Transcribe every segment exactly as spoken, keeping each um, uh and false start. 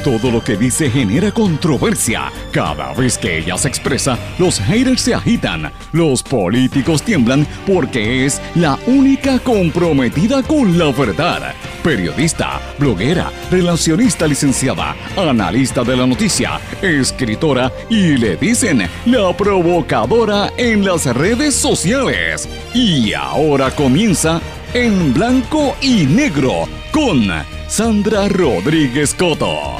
Todo lo que dice genera controversia. Cada vez que ella se expresa, los haters se agitan, los políticos tiemblan porque es la única comprometida con la verdad. Periodista, bloguera, relacionista licenciada, analista de la noticia, escritora y le dicen la provocadora en las redes sociales. Y ahora comienza En Blanco y Negro con Sandra Rodríguez Coto.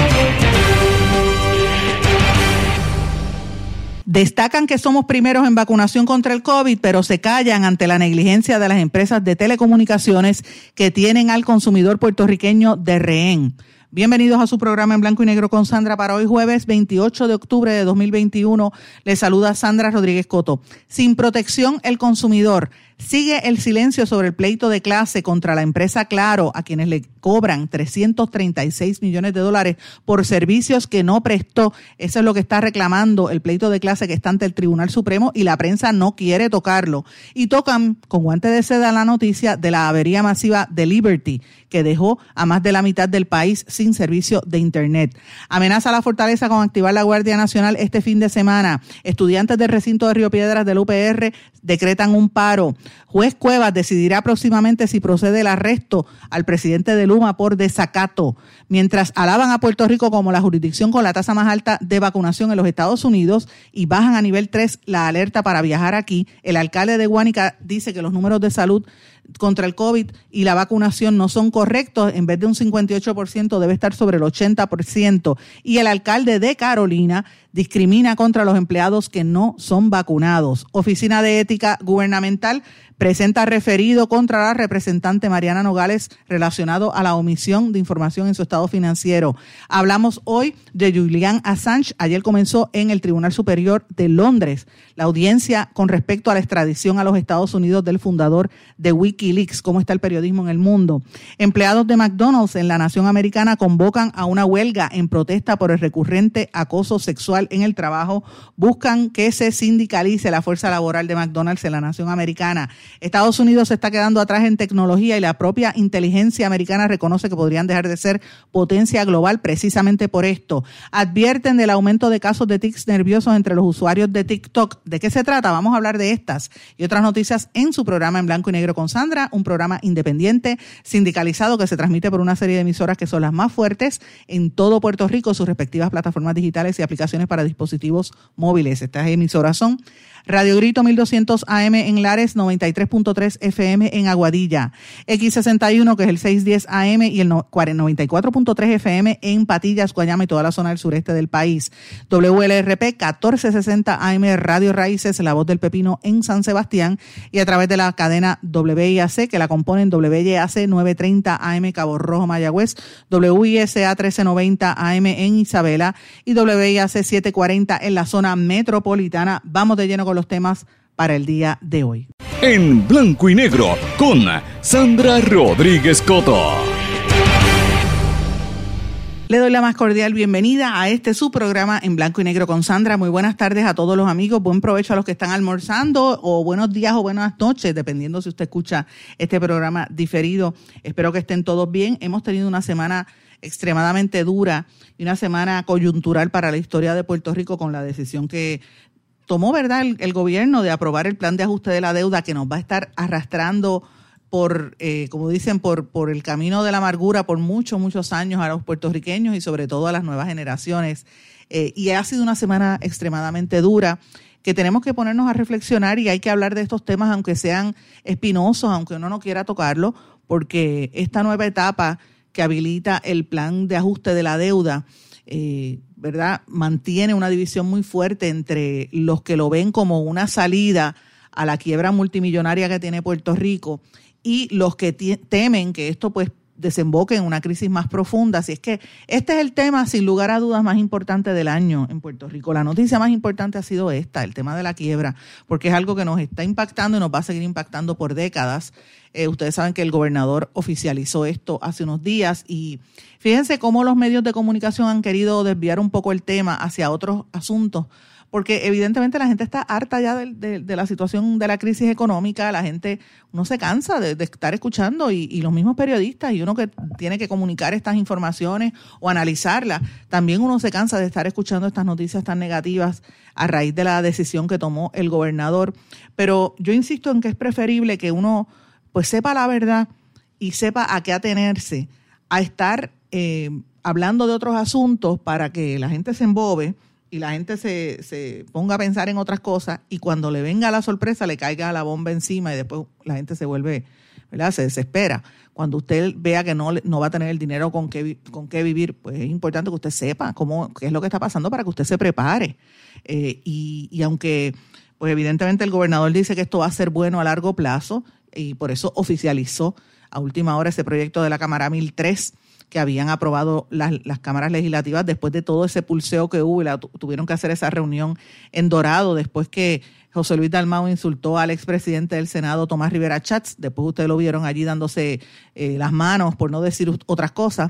Destacan que somos primeros en vacunación contra el COVID, pero se callan ante la negligencia de las empresas de telecomunicaciones que tienen al consumidor puertorriqueño de rehén. Bienvenidos a su programa En Blanco y Negro con Sandra para hoy jueves veintiocho de octubre de dos mil veintiuno. Les saluda Sandra Rodríguez Coto. Sin protección el consumidor. Sigue el silencio sobre el pleito de clase contra la empresa Claro, a quienes le cobran trescientos treinta y seis millones de dólares por servicios que no prestó. Eso es lo que está reclamando el pleito de clase que está ante el Tribunal Supremo y la prensa no quiere tocarlo. Y tocan con guante de seda la noticia de la avería masiva de Liberty, que dejó a más de la mitad del país sin servicio de Internet. Amenaza a la fortaleza con activar la Guardia Nacional este fin de semana. Estudiantes del recinto de Río Piedras del U P R decretan un paro. Juez Cuevas decidirá próximamente si procede el arresto al presidente de Luma por desacato. Mientras alaban a Puerto Rico como la jurisdicción con la tasa más alta de vacunación en los Estados Unidos y bajan a nivel tres la alerta para viajar aquí, el alcalde de Guánica dice que los números de salud contra el COVID y la vacunación no son correctos. En vez de un cincuenta y ocho por ciento debe estar sobre el ochenta por ciento. Y el alcalde de Carolina discrimina contra los empleados que no son vacunados. Oficina de Ética Gubernamental presenta referido contra la representante Mariana Nogales relacionado a la omisión de información en su estado financiero. Hablamos hoy de Julian Assange. Ayer comenzó en el Tribunal Superior de Londres la audiencia con respecto a la extradición a los Estados Unidos del fundador de Wikileaks. ¿Cómo está el periodismo en el mundo? Empleados de McDonald's en la nación americana convocan a una huelga en protesta por el recurrente acoso sexual en el trabajo. Buscan que se sindicalice la fuerza laboral de McDonald's en la nación americana. Estados Unidos se está quedando atrás en tecnología y la propia inteligencia americana reconoce que podrían dejar de ser potencia global precisamente por esto. Advierten del aumento de casos de tics nerviosos entre los usuarios de TikTok. ¿De qué se trata? Vamos a hablar de estas y otras noticias en su programa En Blanco y Negro con Sandra, un programa independiente, sindicalizado, que se transmite por una serie de emisoras que son las más fuertes en todo Puerto Rico, sus respectivas plataformas digitales y aplicaciones para dispositivos móviles. Estas emisoras son Radio Grito mil doscientos A M en Lares, noventa y tres punto tres F M en Aguadilla, X sesenta y uno que es el seiscientos diez A M y el noventa y cuatro punto tres F M en Patillas, Guayama y toda la zona del sureste del país, W L R P catorce sesenta A M Radio Raíces, La Voz del Pepino en San Sebastián y a través de la cadena W I A C que la componen W Y A C novecientos treinta A M Cabo Rojo Mayagüez, W I S A trece noventa A M en Isabela y W I A C setecientos cuarenta en la zona metropolitana. Vamos de lleno con los temas para el día de hoy. En Blanco y Negro con Sandra Rodríguez Coto. Le doy la más cordial bienvenida a este su programa En Blanco y Negro con Sandra. Muy buenas tardes a todos los amigos, buen provecho a los que están almorzando o buenos días o buenas noches, dependiendo si usted escucha este programa diferido. Espero que estén todos bien. Hemos tenido una semana extremadamente dura y una semana coyuntural para la historia de Puerto Rico con la decisión que tomó, ¿verdad?, el, el gobierno de aprobar el plan de ajuste de la deuda que nos va a estar arrastrando por, eh, como dicen, por, por el camino de la amargura por muchos, muchos años a los puertorriqueños y sobre todo a las nuevas generaciones. Eh, y ha sido una semana extremadamente dura que tenemos que ponernos a reflexionar y hay que hablar de estos temas aunque sean espinosos, aunque uno no quiera tocarlo, porque esta nueva etapa que habilita el plan de ajuste de la deuda, eh, ¿verdad?, mantiene una división muy fuerte entre los que lo ven como una salida a la quiebra multimillonaria que tiene Puerto Rico y los que t- temen que esto pues desemboque en una crisis más profunda. Así es que este es el tema, sin lugar a dudas, más importante del año en Puerto Rico. La noticia más importante ha sido esta, el tema de la quiebra, porque es algo que nos está impactando y nos va a seguir impactando por décadas. Eh, ustedes saben que el gobernador oficializó esto hace unos días y fíjense cómo los medios de comunicación han querido desviar un poco el tema hacia otros asuntos porque evidentemente la gente está harta ya de, de, de la situación de la crisis económica, la gente, uno se cansa de, de estar escuchando y, y los mismos periodistas y uno que tiene que comunicar estas informaciones o analizarlas, también uno se cansa de estar escuchando estas noticias tan negativas a raíz de la decisión que tomó el gobernador. Pero yo insisto en que es preferible que uno pues sepa la verdad y sepa a qué atenerse, a estar eh, hablando de otros asuntos para que la gente se embobe y la gente se, se ponga a pensar en otras cosas y cuando le venga la sorpresa le caiga la bomba encima y después la gente se vuelve, ¿verdad? Se desespera. Cuando usted vea que no, no va a tener el dinero con qué, con qué vivir, pues es importante que usted sepa cómo, qué es lo que está pasando para que usted se prepare. Eh, y, y aunque, pues evidentemente el gobernador dice que esto va a ser bueno a largo plazo y por eso oficializó a última hora ese proyecto de la Cámara mil tres que habían aprobado las, las cámaras legislativas después de todo ese pulseo que hubo y la, tuvieron que hacer esa reunión en Dorado después que José Luis Dalmau insultó al expresidente del Senado, Tomás Rivera Chats. Después ustedes lo vieron allí dándose eh, las manos, por no decir otras cosas.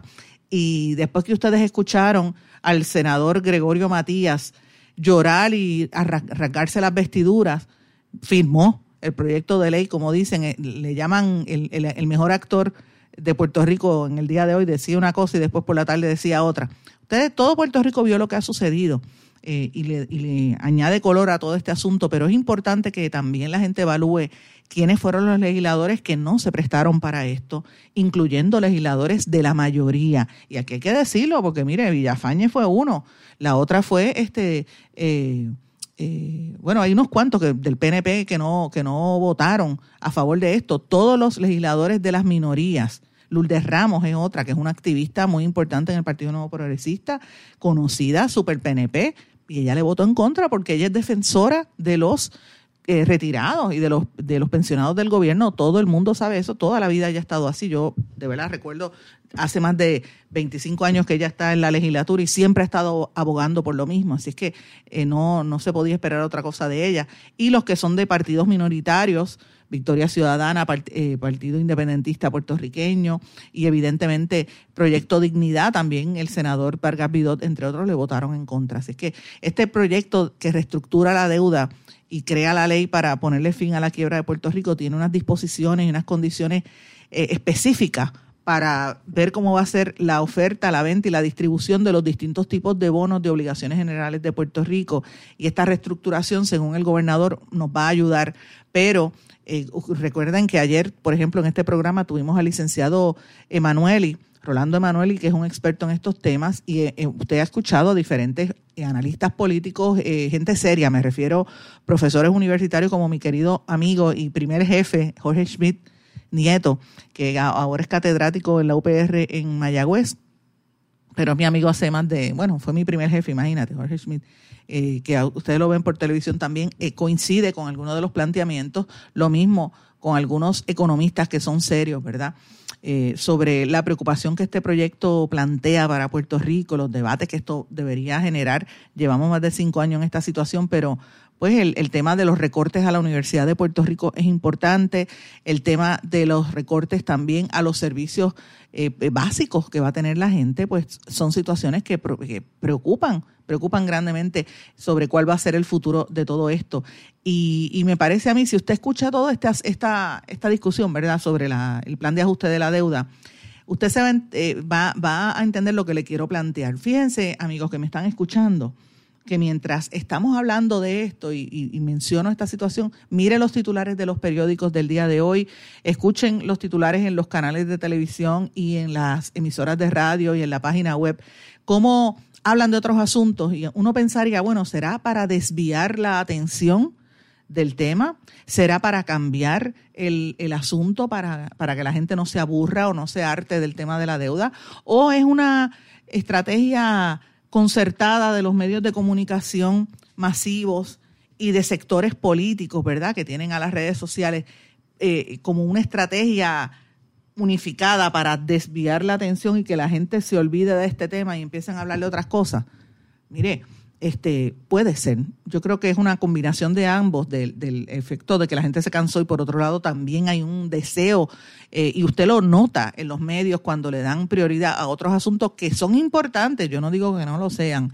Y después que ustedes escucharon al senador Gregorio Matías llorar y arrancarse las vestiduras, firmó el proyecto de ley, como dicen, eh, le llaman el, el, el mejor actor de Puerto Rico en el día de hoy, decía una cosa y después por la tarde decía otra. Ustedes, todo Puerto Rico vio lo que ha sucedido eh, y, le, y le añade color a todo este asunto, pero es importante que también la gente evalúe quiénes fueron los legisladores que no se prestaron para esto, incluyendo legisladores de la mayoría. Y aquí hay que decirlo, porque mire, Villafañe fue uno, la otra fue este... Eh, Eh, bueno, hay unos cuantos que, del P N P que no, que no votaron a favor de esto. Todos los legisladores de las minorías. Lourdes Ramos es otra, que es una activista muy importante en el Partido Nuevo Progresista, conocida, super P N P, y ella le votó en contra porque ella es defensora de los eh, retirados y de los, de los pensionados del gobierno. Todo el mundo sabe eso, toda la vida ella ha estado así. Yo de verdad recuerdo hace más de veinticinco años que ella está en la legislatura y siempre ha estado abogando por lo mismo. Así es que eh, no, no se podía esperar otra cosa de ella. Y los que son de partidos minoritarios, Victoria Ciudadana, part, eh, Partido Independentista Puertorriqueño y evidentemente Proyecto Dignidad, también el senador Vargas Vidot, entre otros, le votaron en contra. Así es que este proyecto que reestructura la deuda y crea la ley para ponerle fin a la quiebra de Puerto Rico tiene unas disposiciones y unas condiciones eh, específicas para ver cómo va a ser la oferta, la venta y la distribución de los distintos tipos de bonos de obligaciones generales de Puerto Rico. Y esta reestructuración, según el gobernador, nos va a ayudar. Pero eh, recuerden que ayer, por ejemplo, en este programa tuvimos al licenciado Emanueli, Rolando Emanueli, que es un experto en estos temas, y eh, usted ha escuchado a diferentes eh, analistas políticos, eh, gente seria, me refiero profesores universitarios como mi querido amigo y primer jefe, Jorge Schmidt Nieto, que ahora es catedrático en la U P R en Mayagüez, pero es mi amigo hace más de, bueno, fue mi primer jefe, imagínate, Jorge Schmidt, eh, que ustedes lo ven por televisión también, eh, coincide con algunos de los planteamientos, lo mismo con algunos economistas que son serios, ¿verdad?, eh, sobre la preocupación que este proyecto plantea para Puerto Rico, los debates que esto debería generar. Llevamos más de cinco años en esta situación, pero pues el, el tema de los recortes a la Universidad de Puerto Rico es importante, el tema de los recortes también a los servicios eh, básicos que va a tener la gente, pues son situaciones que, que preocupan, preocupan grandemente sobre cuál va a ser el futuro de todo esto. Y, y me parece a mí, si usted escucha toda esta, esta, esta discusión, ¿verdad?, sobre la, el plan de ajuste de la deuda, usted se va, eh, va, va a entender lo que le quiero plantear. Fíjense, amigos que me están escuchando, que mientras estamos hablando de esto y, y, y menciono esta situación, mire los titulares de los periódicos del día de hoy, escuchen los titulares en los canales de televisión y en las emisoras de radio y en la página web, cómo hablan de otros asuntos. Y uno pensaría, bueno, ¿será para desviar la atención del tema? ¿Será para cambiar el, el asunto, para, para que la gente no se aburra o no se harte del tema de la deuda? ¿O es una estrategia concertada de los medios de comunicación masivos y de sectores políticos, ¿verdad?, que tienen a las redes sociales eh, como una estrategia unificada para desviar la atención y que la gente se olvide de este tema y empiecen a hablar de otras cosas? Mire, este puede ser. Yo creo que es una combinación de ambos, del, del efecto de que la gente se cansó y por otro lado también hay un deseo, eh, y usted lo nota en los medios cuando le dan prioridad a otros asuntos que son importantes, yo no digo que no lo sean,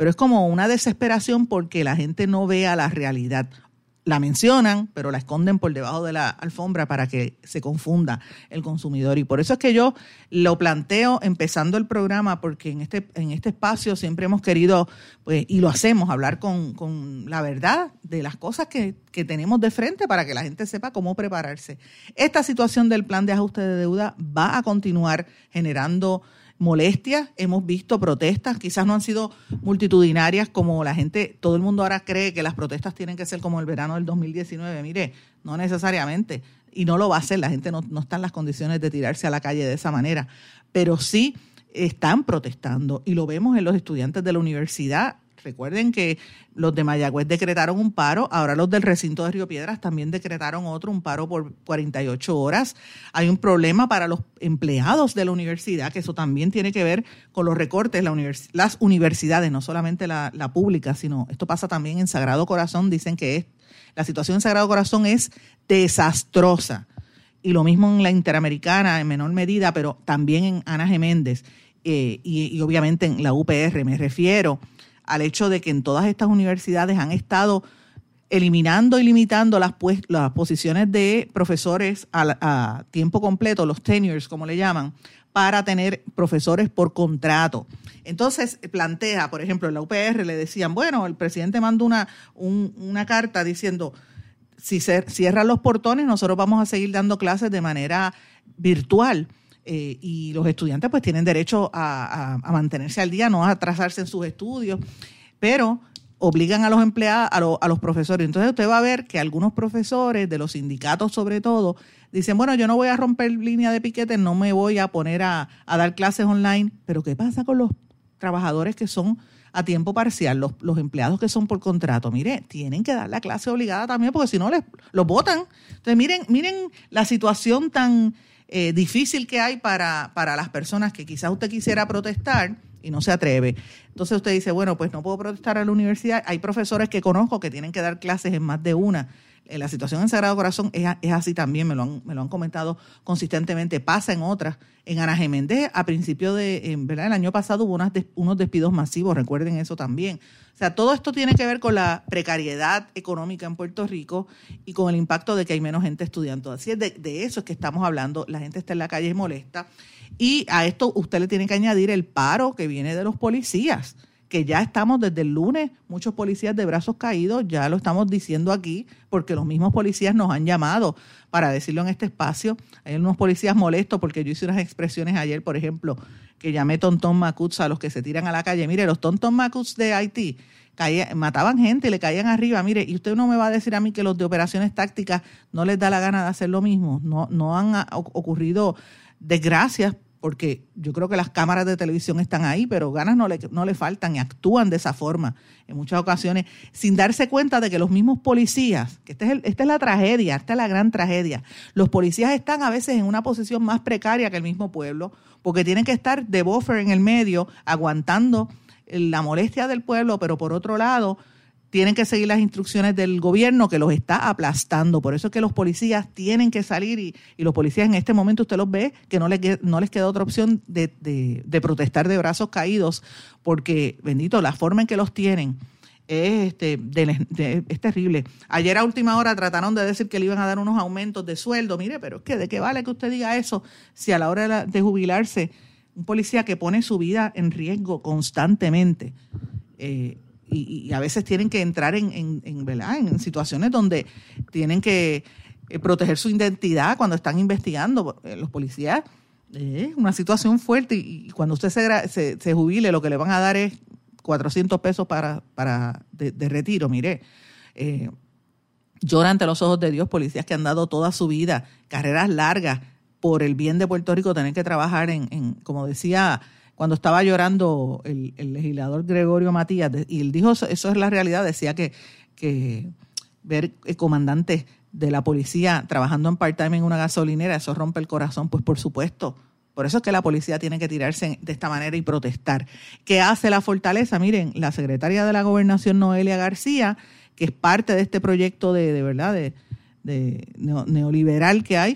pero es como una desesperación porque la gente no vea la realidad. La mencionan, pero la esconden por debajo de la alfombra para que se confunda el consumidor. Y por eso es que yo lo planteo empezando el programa, porque en este, en este espacio siempre hemos querido, pues, y lo hacemos, hablar con, con la verdad de las cosas que, que tenemos de frente para que la gente sepa cómo prepararse. Esta situación del plan de ajuste de deuda va a continuar generando molestias, hemos visto protestas, quizás no han sido multitudinarias como la gente, todo el mundo ahora cree que las protestas tienen que ser como el verano del dos mil diecinueve, mire, no necesariamente, y no lo va a hacer, la gente no, no está en las condiciones de tirarse a la calle de esa manera, pero sí están protestando y lo vemos en los estudiantes de la universidad. Recuerden que los de Mayagüez decretaron un paro, ahora los del recinto de Río Piedras también decretaron otro, un paro por cuarenta y ocho horas. Hay un problema para los empleados de la universidad, que eso también tiene que ver con los recortes, la univers- las universidades, no solamente la, la pública, sino esto pasa también en Sagrado Corazón, dicen que es, la situación en Sagrado Corazón es desastrosa. Y lo mismo en la Interamericana en menor medida, pero también en Ana Geméndez eh, y, y obviamente en la U P R, me refiero al hecho de que en todas estas universidades han estado eliminando y limitando las, pues, las posiciones de profesores a, a tiempo completo, los tenures, como le llaman, para tener profesores por contrato. Entonces, plantea, por ejemplo, en la U P R le decían, bueno, el presidente mandó una, un, una carta diciendo, si se cierran los portones, nosotros vamos a seguir dando clases de manera virtual. Eh, y los estudiantes pues tienen derecho a, a, a mantenerse al día, no a atrasarse en sus estudios, pero obligan a los empleados, a, lo, a los profesores. Entonces usted va a ver que algunos profesores, de los sindicatos sobre todo, dicen, bueno, yo no voy a romper línea de piquete, no me voy a poner a, a dar clases online, pero ¿qué pasa con los trabajadores que son a tiempo parcial, los, los empleados que son por contrato? Mire, tienen que dar la clase obligada también, porque si no les los botan. Entonces miren, miren la situación tan Eh, difícil que hay para, para las personas que quizás usted quisiera protestar y no se atreve. Entonces usted dice, bueno, pues no puedo protestar a la universidad. Hay profesores que conozco que tienen que dar clases en más de una. Eh, la situación en Sagrado Corazón es, es así también, me lo, han, me lo han comentado consistentemente. Pasa en otras. En Ana Geméndez, a principio de, en, ¿verdad? El año pasado hubo unas des, unos despidos masivos, recuerden eso también. O sea, todo esto tiene que ver con la precariedad económica en Puerto Rico y con el impacto de que hay menos gente estudiando. Así es, de, de eso es que estamos hablando. La gente está en la calle y molesta. Y a esto usted le tiene que añadir el paro que viene de los policías, que ya estamos desde el lunes, muchos policías de brazos caídos, ya lo estamos diciendo aquí, porque los mismos policías nos han llamado para decirlo en este espacio. Hay unos policías molestos porque yo hice unas expresiones ayer, por ejemplo, que llamé tontón macuts a los que se tiran a la calle. Mire, los tontón macuts de Haití caían, mataban gente y le caían arriba. Mire, y usted no me va a decir a mí que los de operaciones tácticas no les da la gana de hacer lo mismo. No, no han ocurrido desgracias, porque yo creo que las cámaras de televisión están ahí, pero ganas no le, no le faltan y actúan de esa forma en muchas ocasiones, sin darse cuenta de que los mismos policías, que este es el, esta es la tragedia, esta es la gran tragedia, los policías están a veces en una posición más precaria que el mismo pueblo, porque tienen que estar de buffer en el medio, aguantando la molestia del pueblo, pero por otro lado, tienen que seguir las instrucciones del gobierno que los está aplastando. Por eso es que los policías tienen que salir y, y los policías en este momento usted los ve que no les, no les queda otra opción de, de, de protestar de brazos caídos, porque, bendito, la forma en que los tienen es, este, de, de, es terrible. Ayer a última hora trataron de decir que le iban a dar unos aumentos de sueldo. Mire, pero es que ¿de qué vale que usted diga eso si a la hora de, la, de jubilarse un policía que pone su vida en riesgo constantemente eh, Y, y a veces tienen que entrar en, en, en, ¿verdad? en situaciones donde tienen que eh, proteger su identidad cuando están investigando eh, los policías? Es una situación fuerte y, y cuando usted se, se, se jubile lo que le van a dar es cuatrocientos pesos para, para de, de retiro. Mire, eh, llora ante los ojos de Dios policías que han dado toda su vida, carreras largas por el bien de Puerto Rico, tener que trabajar en, en como decía cuando estaba llorando el, el legislador Gregorio Matías, y él dijo, eso, eso es la realidad, decía que, que ver comandantes de la policía trabajando en part-time en una gasolinera, eso rompe el corazón, pues por supuesto. Por eso es que la policía tiene que tirarse de esta manera y protestar. ¿Qué hace la Fortaleza? Miren, la secretaria de la Gobernación, Noelia García, que es parte de este proyecto de, de verdad, de, de neoliberal que hay,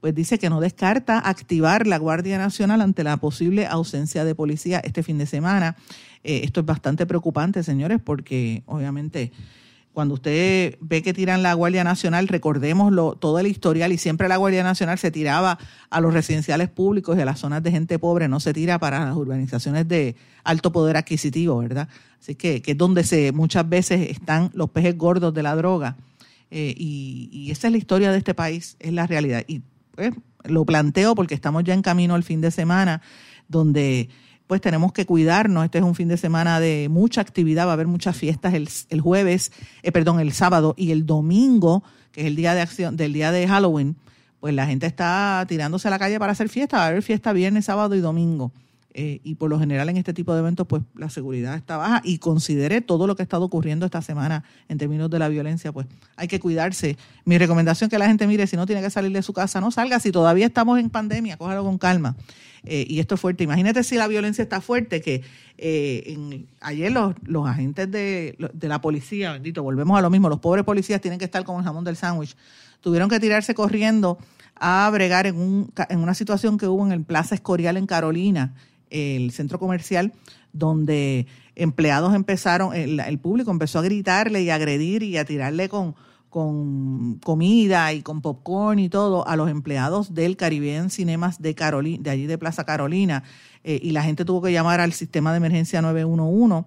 pues dice que no descarta activar la Guardia Nacional ante la posible ausencia de policía este fin de semana. Eh, esto es bastante preocupante, señores, porque obviamente cuando usted ve que tiran la Guardia Nacional, recordemos lo, todo el historial, y siempre la Guardia Nacional se tiraba a los residenciales públicos y a las zonas de gente pobre, no se tira para las urbanizaciones de alto poder adquisitivo, ¿verdad? Así que, que es donde se muchas veces están los peces gordos de la droga. Eh, y, y esa es la historia de este país, es la realidad. Y pues lo planteo porque estamos ya en camino al fin de semana, donde pues tenemos que cuidarnos. Este es un fin de semana de mucha actividad, va a haber muchas fiestas el, el jueves, eh, perdón, el sábado y el domingo, que es el día de acción, del día de Halloween, pues la gente está tirándose a la calle para hacer fiesta, va a haber fiesta viernes, sábado y domingo. Eh, y por lo general en este tipo de eventos pues la seguridad está baja, y considere todo lo que ha estado ocurriendo esta semana en términos de la violencia, pues hay que cuidarse. Mi recomendación es que la gente mire, si no tiene que salir de su casa, no salga. Si todavía estamos en pandemia, cójalo con calma. Eh, y esto es fuerte. Imagínate si la violencia está fuerte, que eh, en, ayer los, los agentes de, de la policía, bendito, volvemos a lo mismo, los pobres policías tienen que estar como el jamón del sándwich, tuvieron que tirarse corriendo a bregar en, un, en una situación que hubo en el Plaza Escorial en Carolina, el centro comercial, donde empleados empezaron, el, el público empezó a gritarle y a agredir y a tirarle con, con comida y con popcorn y todo a los empleados del Caribbean Cinemas de Carolina, de allí de Plaza Carolina, eh, y la gente tuvo que llamar al sistema de emergencia nueve uno uno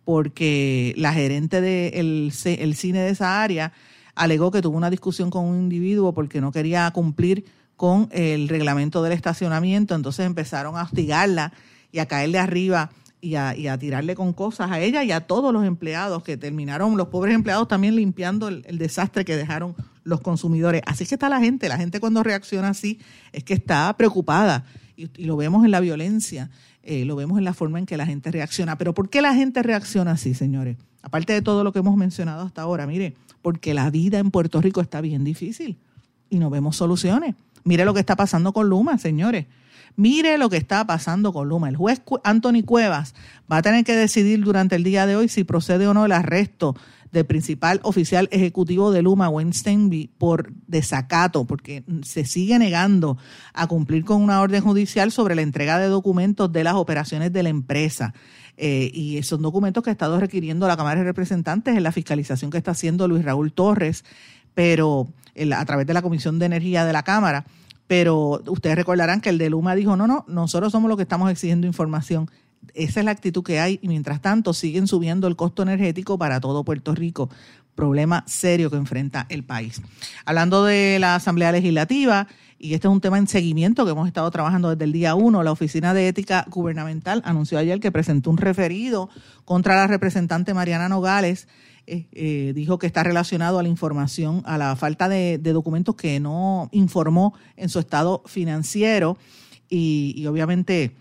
porque la gerente del de el cine de esa área alegó que tuvo una discusión con un individuo porque no quería cumplir con el reglamento del estacionamiento. Entonces empezaron a hostigarla y a caerle arriba y a, y a tirarle con cosas a ella y a todos los empleados, que terminaron, los pobres empleados también limpiando el, el desastre que dejaron los consumidores. Así que está la gente, la gente cuando reacciona así es que está preocupada, y, y lo vemos en la violencia, eh, lo vemos en la forma en que la gente reacciona. Pero ¿por qué la gente reacciona así, señores? Aparte de todo lo que hemos mencionado hasta ahora, mire, porque la vida en Puerto Rico está bien difícil y no vemos soluciones. Mire lo que está pasando con Luma, señores. Mire lo que está pasando con Luma. El juez Anthony Cuevas va a tener que decidir durante el día de hoy si procede o no el arresto del principal oficial ejecutivo de Luma, Wayne Steinby, por desacato, porque se sigue negando a cumplir con una orden judicial sobre la entrega de documentos de las operaciones de la empresa. Eh, y son documentos que ha estado requiriendo la Cámara de Representantes en la fiscalización que está haciendo Luis Raúl Torres, pero a través de la Comisión de Energía de la Cámara. Pero ustedes recordarán que el de Luma dijo, no, no, nosotros somos los que estamos exigiendo información. Esa es la actitud que hay, y mientras tanto siguen subiendo el costo energético para todo Puerto Rico. Problema serio que enfrenta el país. Hablando de la Asamblea Legislativa, y este es un tema en seguimiento que hemos estado trabajando desde el día uno, la Oficina de Ética Gubernamental anunció ayer que presentó un referido contra la representante Mariana Nogales. Eh, eh, dijo que está relacionado a la información, a la falta de, de documentos que no informó en su estado financiero, y, y obviamente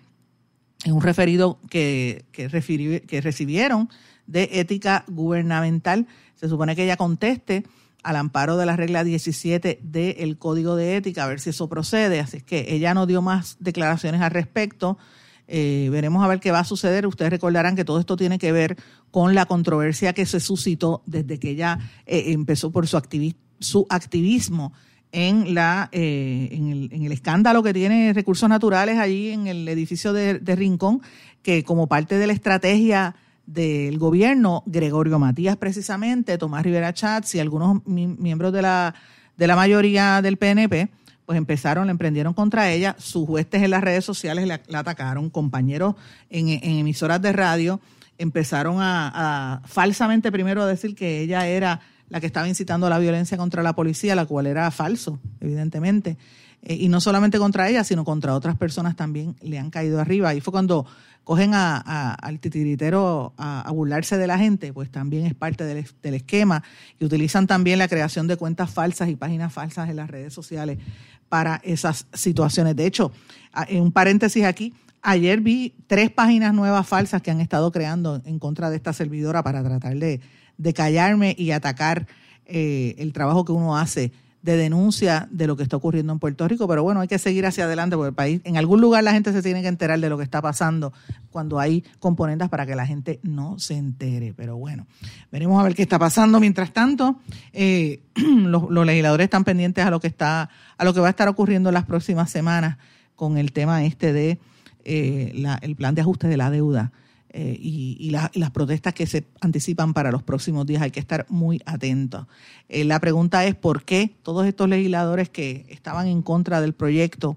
es un referido que, que, refiri, que recibieron de Ética Gubernamental. Se supone que ella conteste al amparo de la regla diecisiete del Código de Ética, a ver si eso procede. Así es que ella no dio más declaraciones al respecto. Eh, veremos a ver qué va a suceder. Ustedes recordarán que todo esto tiene que ver con la controversia que se suscitó desde que ella eh, empezó por su, activi- su activismo en, la, eh, en, el, en el escándalo que tiene Recursos Naturales allí en el edificio de, de Rincón, que como parte de la estrategia del gobierno, Gregorio Matías precisamente, Tomás Rivera Chats y algunos mi- miembros de la, de la mayoría del P N P, pues empezaron, le emprendieron contra ella, sus huestes en las redes sociales la, la atacaron, compañeros en, en emisoras de radio empezaron a, a falsamente primero a decir que ella era la que estaba incitando a la violencia contra la policía, la cual era falso, evidentemente. Eh, y no solamente contra ella, sino contra otras personas también le han caído arriba. Y fue cuando cogen a, a, al titiritero a, a burlarse de la gente, pues también es parte del, del esquema. Y utilizan también la creación de cuentas falsas y páginas falsas en las redes sociales para esas situaciones. De hecho, en un paréntesis aquí, ayer vi tres páginas nuevas falsas que han estado creando en contra de esta servidora para tratar de, de callarme y atacar eh, el trabajo que uno hace de denuncia de lo que está ocurriendo en Puerto Rico, pero bueno, hay que seguir hacia adelante porque el país, en algún lugar la gente se tiene que enterar de lo que está pasando cuando hay componentes para que la gente no se entere, pero bueno, veremos a ver qué está pasando. Mientras tanto, eh, los, los legisladores están pendientes a lo que está, a lo que va a estar ocurriendo en las próximas semanas con el tema este de eh, la, el plan de ajuste de la deuda. Eh, y, y, la, y las protestas que se anticipan para los próximos días. Hay que estar muy atentos. Eh, la pregunta es por qué todos estos legisladores que estaban en contra del proyecto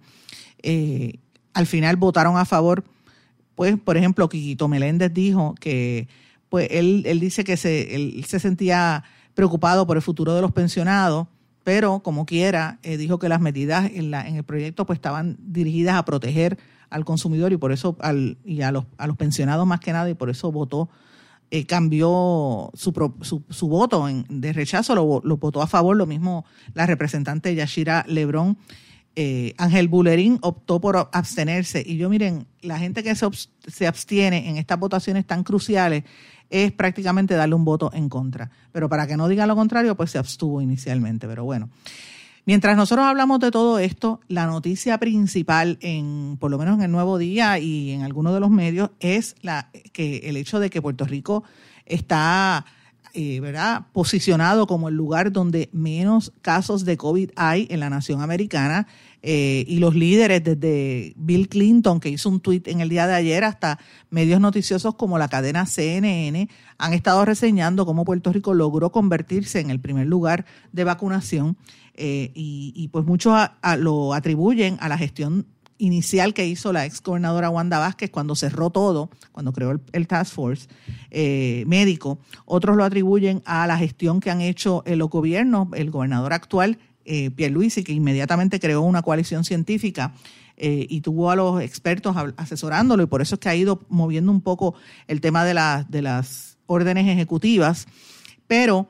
eh, al final votaron a favor. Pues, por ejemplo, Quiquito Meléndez dijo que pues él, él dice que se, él se sentía preocupado por el futuro de los pensionados, pero como quiera, eh, dijo que las medidas en, la, en el proyecto pues estaban dirigidas a proteger al consumidor y por eso al, y a los a los pensionados más que nada, y por eso votó, eh, cambió su, pro, su su voto en, de rechazo, lo, lo votó a favor. Lo mismo la representante Yashira Lebrón. eh, Ángel Bulerín optó por abstenerse. Y yo, miren, la gente que se, se abstiene en estas votaciones tan cruciales es prácticamente darle un voto en contra. Pero para que no digan lo contrario, pues se abstuvo inicialmente. Pero bueno, mientras nosotros hablamos de todo esto, la noticia principal, en por lo menos en el Nuevo Día y en algunos de los medios, es la que el hecho de que Puerto Rico está eh, ¿verdad? posicionado como el lugar donde menos casos de COVID hay en la nación americana. Eh, y los líderes, desde Bill Clinton, que hizo un tuit en el día de ayer, hasta medios noticiosos como la cadena C N N, han estado reseñando cómo Puerto Rico logró convertirse en el primer lugar de vacunación. Eh, y, y pues muchos a, a, lo atribuyen a la gestión inicial que hizo la ex gobernadora Wanda Vázquez cuando cerró todo, cuando creó el, el Task Force eh, médico. Otros lo atribuyen a la gestión que han hecho eh, los gobiernos, el gobernador actual, eh, Pierluisi, que inmediatamente creó una coalición científica eh, y tuvo a los expertos asesorándolo, y por eso es que ha ido moviendo un poco el tema de, la, de las órdenes ejecutivas. Pero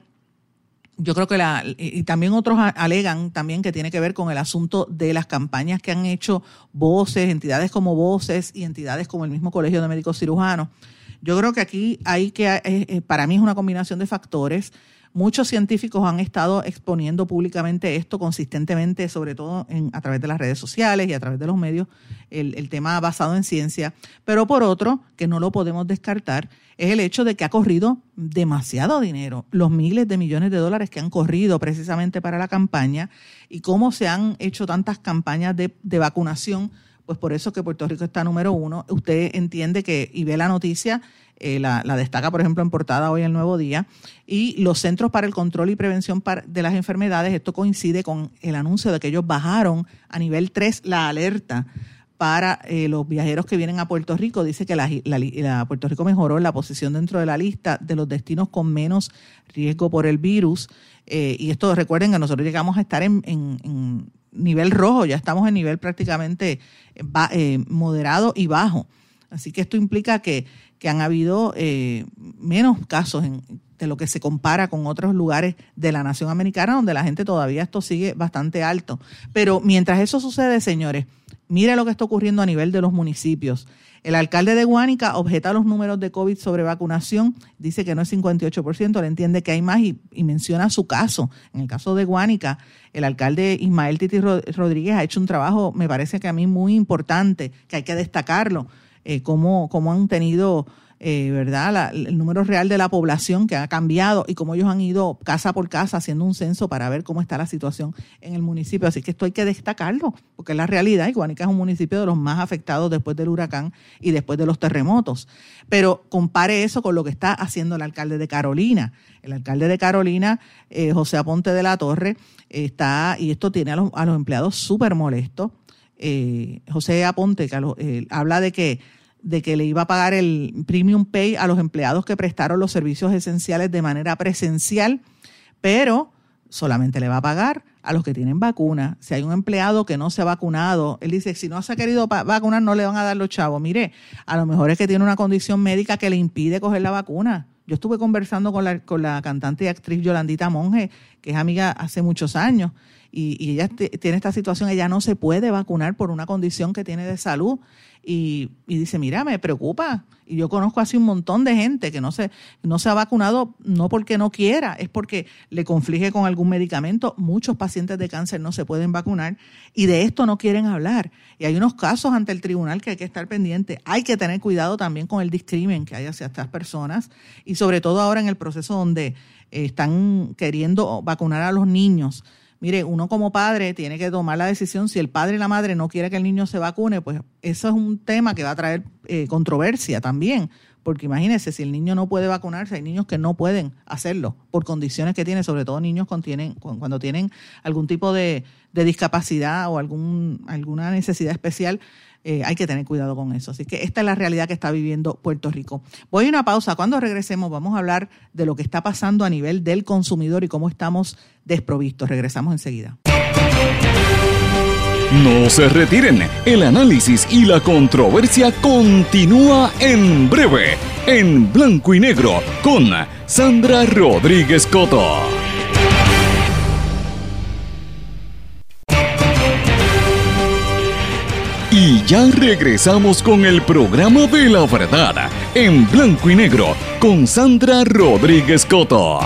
yo creo que la, y también otros alegan también que tiene que ver con el asunto de las campañas que han hecho Voces, entidades como Voces y entidades como el mismo Colegio de Médicos Cirujanos. Yo creo que aquí hay que, eh, para mí es una combinación de factores. Muchos científicos han estado exponiendo públicamente esto consistentemente, sobre todo en, a través de las redes sociales y a través de los medios, el, el tema basado en ciencia. Pero por otro, que no lo podemos descartar, es el hecho de que ha corrido demasiado dinero, los miles de millones de dólares que han corrido precisamente para la campaña, y cómo se han hecho tantas campañas de, de vacunación. Pues por eso que Puerto Rico está número uno. Usted entiende que, y ve la noticia, eh, la, la destaca, por ejemplo, en portada hoy en el Nuevo Día, y los Centros para el Control y Prevención de las Enfermedades, esto coincide con el anuncio de que ellos bajaron a nivel tres la alerta para eh, los viajeros que vienen a Puerto Rico. Dice que la, la, la Puerto Rico mejoró la posición dentro de la lista de los destinos con menos riesgo por el virus. Eh, y esto, recuerden que nosotros llegamos a estar en, en, en nivel rojo, ya estamos en nivel prácticamente va, eh, moderado y bajo. Así que esto implica que, que han habido eh, menos casos en, de lo que se compara con otros lugares de la nación americana, donde la gente todavía esto sigue bastante alto. Pero mientras eso sucede, señores, mire lo que está ocurriendo a nivel de los municipios. El alcalde de Guánica objeta los números de COVID sobre vacunación, dice que no es cincuenta y ocho por ciento, él entiende que hay más y, y menciona su caso. En el caso de Guánica, el alcalde Ismael Titi Rodríguez ha hecho un trabajo, me parece que a mí muy importante, que hay que destacarlo, eh, cómo, cómo han tenido eh, ¿verdad? La, el número real de la población que ha cambiado y cómo ellos han ido casa por casa haciendo un censo para ver cómo está la situación en el municipio. Así que esto hay que destacarlo, porque es la realidad, y Guánica es un municipio de los más afectados después del huracán y después de los terremotos. Pero compare eso con lo que está haciendo el alcalde de Carolina. El alcalde de Carolina, eh, José Aponte de la Torre, eh, está, y esto tiene a los, a los empleados súper molestos. Eh, José Aponte que lo, eh, habla de que de que le iba a pagar el premium pay a los empleados que prestaron los servicios esenciales de manera presencial, pero solamente le va a pagar a los que tienen vacuna. Si hay un empleado que no se ha vacunado, él dice, si no se ha querido vacunar, no le van a dar los chavos. Mire, a lo mejor es que tiene una condición médica que le impide coger la vacuna. Yo estuve conversando con la, con la cantante y actriz Yolandita Monge, que es amiga hace muchos años, y, y ella t- tiene esta situación, ella no se puede vacunar por una condición que tiene de salud y, y dice, mira, me preocupa. Y yo conozco así un montón de gente que no se, no se ha vacunado, no porque no quiera, es porque le conflige con algún medicamento. Muchos pacientes de cáncer no se pueden vacunar y de esto no quieren hablar. Y hay unos casos ante el tribunal que hay que estar pendiente. Hay que tener cuidado también con el discrimen que hay hacia estas personas y sobre todo ahora en el proceso donde eh, están queriendo vacunar a los niños. Mire, uno como padre tiene que tomar la decisión. Si el padre y la madre no quieren que el niño se vacune, pues eso es un tema que va a traer eh, controversia también. Porque imagínense, si el niño no puede vacunarse, hay niños que no pueden hacerlo por condiciones que tienen, sobre todo niños con tienen, cuando tienen algún tipo de, de discapacidad o algún, alguna necesidad especial. Eh, hay que tener cuidado con eso. Así que esta es la realidad que está viviendo Puerto Rico. Voy a una pausa. Cuando regresemos vamos a hablar de lo que está pasando a nivel del consumidor y cómo estamos desprovistos. Regresamos enseguida. No se retiren. El análisis y la controversia continúa en breve, en Blanco y Negro, con Sandra Rodríguez Coto. Y ya regresamos con el programa de la verdad, en Blanco y Negro, con Sandra Rodríguez Coto.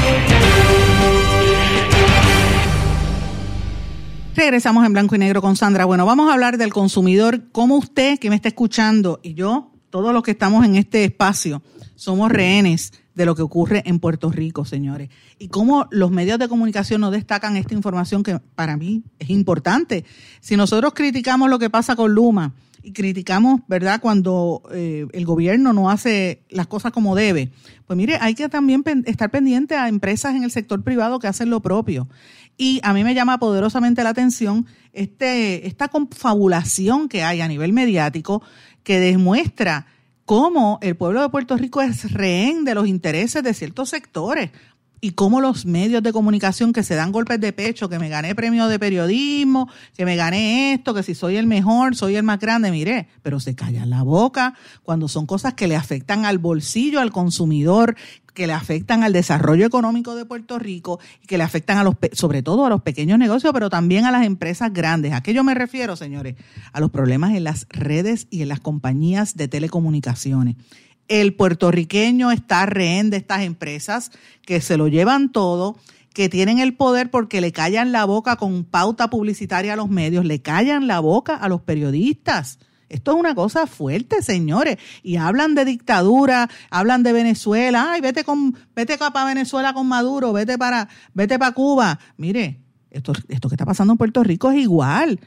Regresamos en Blanco y Negro con Sandra. Bueno, vamos a hablar del consumidor. Como usted que me está escuchando y yo, todos los que estamos en este espacio, somos rehenes de lo que ocurre en Puerto Rico, señores. Y cómo los medios de comunicación no destacan esta información que para mí es importante. Si nosotros criticamos lo que pasa con Luma y criticamos, ¿verdad?, cuando eh, el gobierno no hace las cosas como debe, pues mire, hay que también pen- estar pendiente a empresas en el sector privado que hacen lo propio. Y a mí me llama poderosamente la atención este, esta confabulación que hay a nivel mediático que demuestra cómo el pueblo de Puerto Rico es rehén de los intereses de ciertos sectores y cómo los medios de comunicación que se dan golpes de pecho, que me gané premio de periodismo, que me gané esto, que si soy el mejor, soy el más grande, mire, pero se callan la boca cuando son cosas que le afectan al bolsillo, al consumidor, que le afectan al desarrollo económico de Puerto Rico y que le afectan a los, sobre todo a los pequeños negocios, pero también a las empresas grandes. ¿A qué yo me refiero, señores? A los problemas en las redes y en las compañías de telecomunicaciones. El puertorriqueño está rehén de estas empresas que se lo llevan todo, que tienen el poder porque le callan la boca con pauta publicitaria a los medios, le callan la boca a los periodistas. Esto es una cosa fuerte, señores. Y hablan de dictadura, hablan de Venezuela. Ay, vete con, vete para Venezuela con Maduro, vete para, vete para Cuba. Mire, esto, esto que está pasando en Puerto Rico es igual.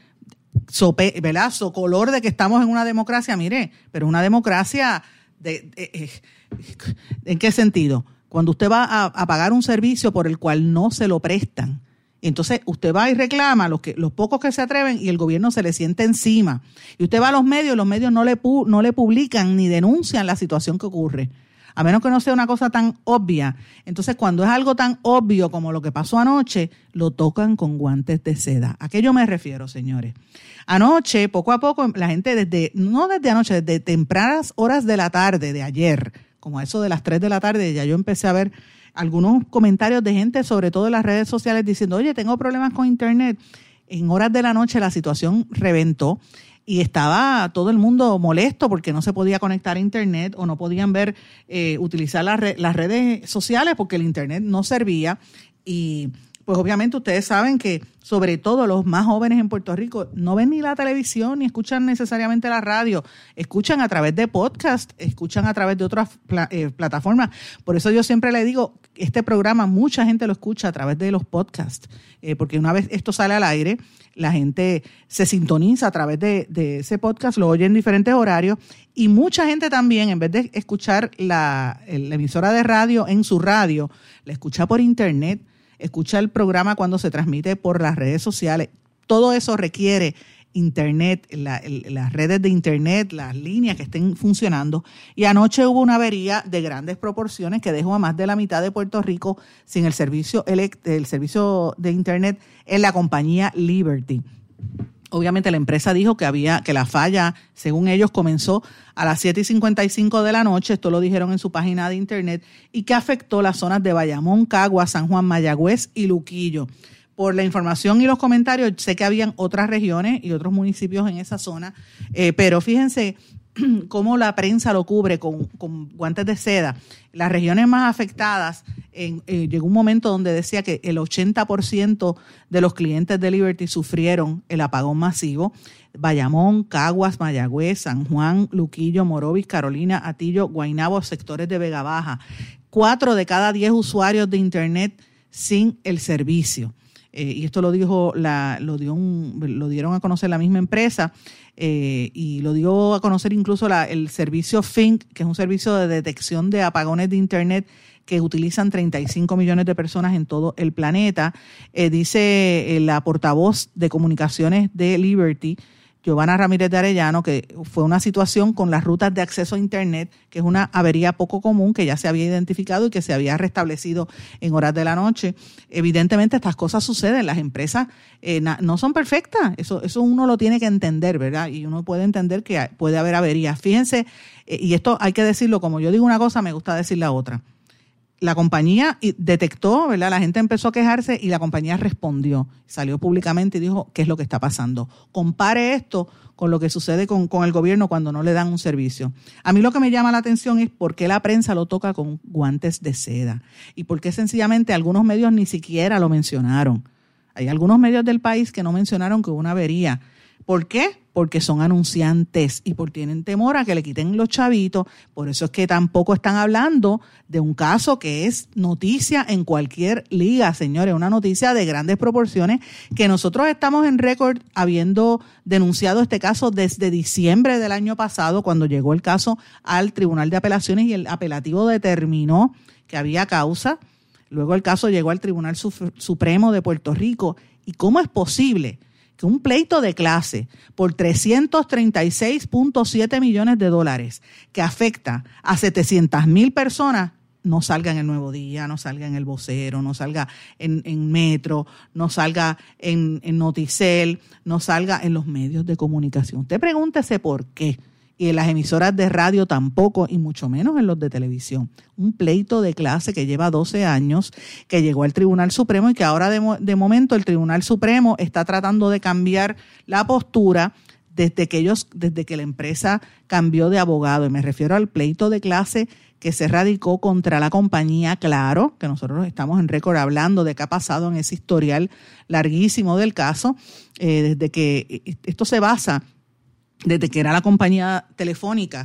Sope, ¿verdad? Socolor de que estamos en una democracia, mire, pero una democracia de, de, de ¿en qué sentido? Cuando usted va a, a pagar un servicio por el cual no se lo prestan. Entonces usted va y reclama los que los pocos que se atreven y el gobierno se le siente encima. Y usted va a los medios, los medios no le pu, no le publican ni denuncian la situación que ocurre, a menos que no sea una cosa tan obvia. Entonces cuando es algo tan obvio como lo que pasó anoche, lo tocan con guantes de seda. ¿A qué yo me refiero, señores? Anoche, poco a poco, la gente desde, no desde anoche, desde tempranas horas de la tarde de ayer, como a eso de las tres de la tarde, ya yo empecé a ver algunos comentarios de gente, sobre todo en las redes sociales, diciendo, oye, tengo problemas con internet. En horas de la noche la situación reventó y estaba todo el mundo molesto porque no se podía conectar a internet o no podían ver, eh, utilizar las, re- las redes sociales porque el internet no servía. Y pues obviamente ustedes saben que sobre todo los más jóvenes en Puerto Rico no ven ni la televisión ni escuchan necesariamente la radio, escuchan a través de podcast, escuchan a través de otras pla- eh, plataformas. Por eso yo siempre le digo, este programa mucha gente lo escucha a través de los podcasts, eh, porque una vez esto sale al aire, la gente se sintoniza a través de, de ese podcast, lo oye en diferentes horarios y mucha gente también, en vez de escuchar la, la emisora de radio en su radio, la escucha por internet, escucha el programa cuando se transmite por las redes sociales. Todo eso requiere internet, la, el, las redes de internet, las líneas que estén funcionando. Y anoche hubo una avería de grandes proporciones que dejó a más de la mitad de Puerto Rico sin el servicio, elect, el servicio de internet en la compañía Liberty. Obviamente la empresa dijo que había que la falla, según ellos, comenzó a las siete y cincuenta y cinco de la noche, esto lo dijeron en su página de internet, y que afectó las zonas de Bayamón, Cagua, San Juan, Mayagüez y Luquillo. por la información y los comentarios, sé que habían otras regiones y otros municipios en esa zona, eh, pero fíjense cómo la prensa lo cubre con, con guantes de seda. Las regiones más afectadas, en, eh, llegó un momento donde decía que el ochenta por ciento de los clientes de Liberty sufrieron el apagón masivo. Bayamón, Caguas, Mayagüez, San Juan, Luquillo, Morovis, Carolina, Atillo, Guaynabo, sectores de Vega Baja. Cuatro de cada diez usuarios de Internet sin el servicio. Eh, y esto lo dijo la, lo dio un, lo dieron a conocer la misma empresa eh, y lo dio a conocer incluso la, el servicio Fink, que es un servicio de detección de apagones de Internet que utilizan treinta y cinco millones de personas en todo el planeta. Eh, dice eh, la portavoz de comunicaciones de Liberty, Giovanna Ramírez de Arellano, que fue una situación con las rutas de acceso a Internet, que es una avería poco común que ya se había identificado y que se había restablecido en horas de la noche. Evidentemente estas cosas suceden, las empresas eh, na, no son perfectas, eso, eso uno lo tiene que entender, ¿verdad? Y uno puede entender que puede haber averías. Fíjense, eh, y esto hay que decirlo, como yo digo una cosa, me gusta decir la otra. La compañía detectó, ¿verdad? La gente empezó a quejarse y la compañía respondió, salió públicamente y dijo qué es lo que está pasando. Compare esto con lo que sucede con, con el gobierno cuando no le dan un servicio. A mí lo que me llama la atención es por qué la prensa lo toca con guantes de seda y por qué sencillamente algunos medios ni siquiera lo mencionaron. Hay algunos medios del país que no mencionaron que hubo una avería. ¿Por qué? Porque son anunciantes y porque tienen temor a que le quiten los chavitos. Por eso es que tampoco están hablando de un caso que es noticia en cualquier liga, señores, una noticia de grandes proporciones que nosotros estamos en récord habiendo denunciado este caso desde diciembre del año pasado, cuando llegó el caso al Tribunal de Apelaciones y el apelativo determinó que había causa. Luego el caso llegó al Tribunal Supremo de Puerto Rico. ¿Y cómo es posible que un pleito de clase por trescientos treinta y seis punto siete millones de dólares que afecta a setecientas mil personas no salga en el Nuevo Día, no salga en el Vocero, no salga en, en Metro, no salga en, en Noticel, no salga en los medios de comunicación? Usted pregúntese por qué. Y en las emisoras de radio tampoco, y mucho menos en los de televisión. Un pleito de clase que lleva doce años, que llegó al Tribunal Supremo y que ahora de, de momento el Tribunal Supremo está tratando de cambiar la postura desde que ellos, desde que la empresa cambió de abogado. Y me refiero al pleito de clase que se radicó contra la compañía Claro, que nosotros estamos en récord hablando de qué ha pasado en ese historial larguísimo del caso, eh, desde que esto se basa desde que era la compañía telefónica,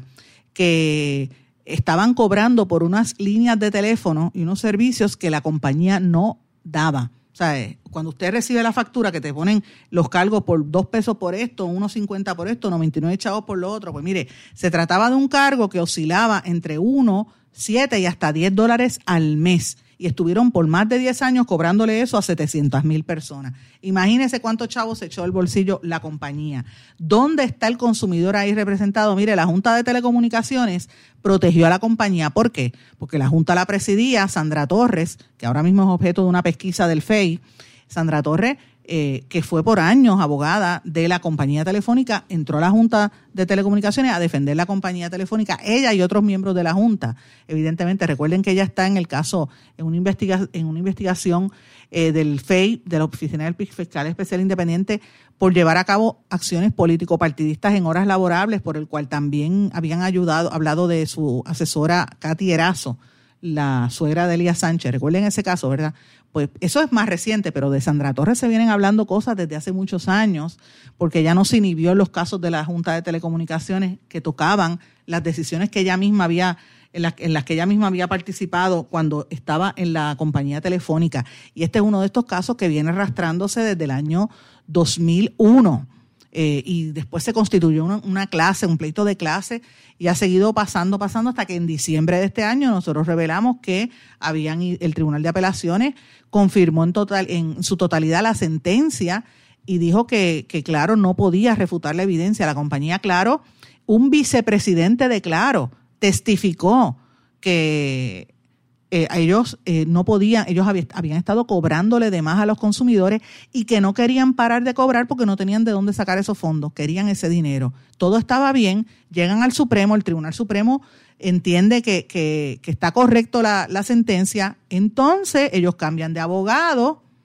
que estaban cobrando por unas líneas de teléfono y unos servicios que la compañía no daba. O sea, cuando usted recibe la factura que te ponen los cargos por dos pesos por esto, uno cincuenta por esto, noventa y nueve chavos por lo otro, pues mire, se trataba de un cargo que oscilaba entre uno, siete y hasta diez dólares al mes. Y estuvieron por más de diez años cobrándole eso a setecientas mil personas. Imagínese cuántos chavos se echó al bolsillo la compañía. ¿Dónde está el consumidor ahí representado? Mire, la Junta de Telecomunicaciones protegió a la compañía. ¿Por qué? Porque la Junta la presidía Sandra Torres, que ahora mismo es objeto de una pesquisa del F E I. Sandra Torres, eh, que fue por años abogada de la compañía telefónica, entró a la Junta de Telecomunicaciones a defender la compañía telefónica, ella y otros miembros de la Junta. Evidentemente, recuerden que ella está en el caso, en una, investiga, en una investigación eh, del F E I, de la Oficina del Fiscal Especial Independiente, por llevar a cabo acciones político-partidistas en horas laborables, por el cual también habían ayudado, hablado de su asesora Katy Erazo, la suegra de Elías Sánchez. Recuerden ese caso, ¿verdad? Pues eso es más reciente, pero de Sandra Torres se vienen hablando cosas desde hace muchos años, porque ella no se inhibió en los casos de la Junta de Telecomunicaciones que tocaban las decisiones que ella misma había, en las, en las que ella misma había participado cuando estaba en la compañía telefónica. Y este es uno de estos casos que viene arrastrándose desde el año dos mil uno. Eh, y después se constituyó una, una clase, un pleito de clase, y ha seguido pasando, pasando hasta que en diciembre de este año nosotros revelamos que habían el Tribunal de Apelaciones confirmó en total, en su totalidad la sentencia y dijo que, que Claro no podía refutar la evidencia. La compañía Claro, un vicepresidente de Claro testificó que Eh, ellos eh, no podían, ellos habían, habían estado cobrándole de más a los consumidores y que no querían parar de cobrar porque no tenían de dónde sacar esos fondos, querían ese dinero. Todo estaba bien, llegan al Supremo, el Tribunal Supremo entiende que, que, que está correcto la, la sentencia, entonces ellos cambian de abogado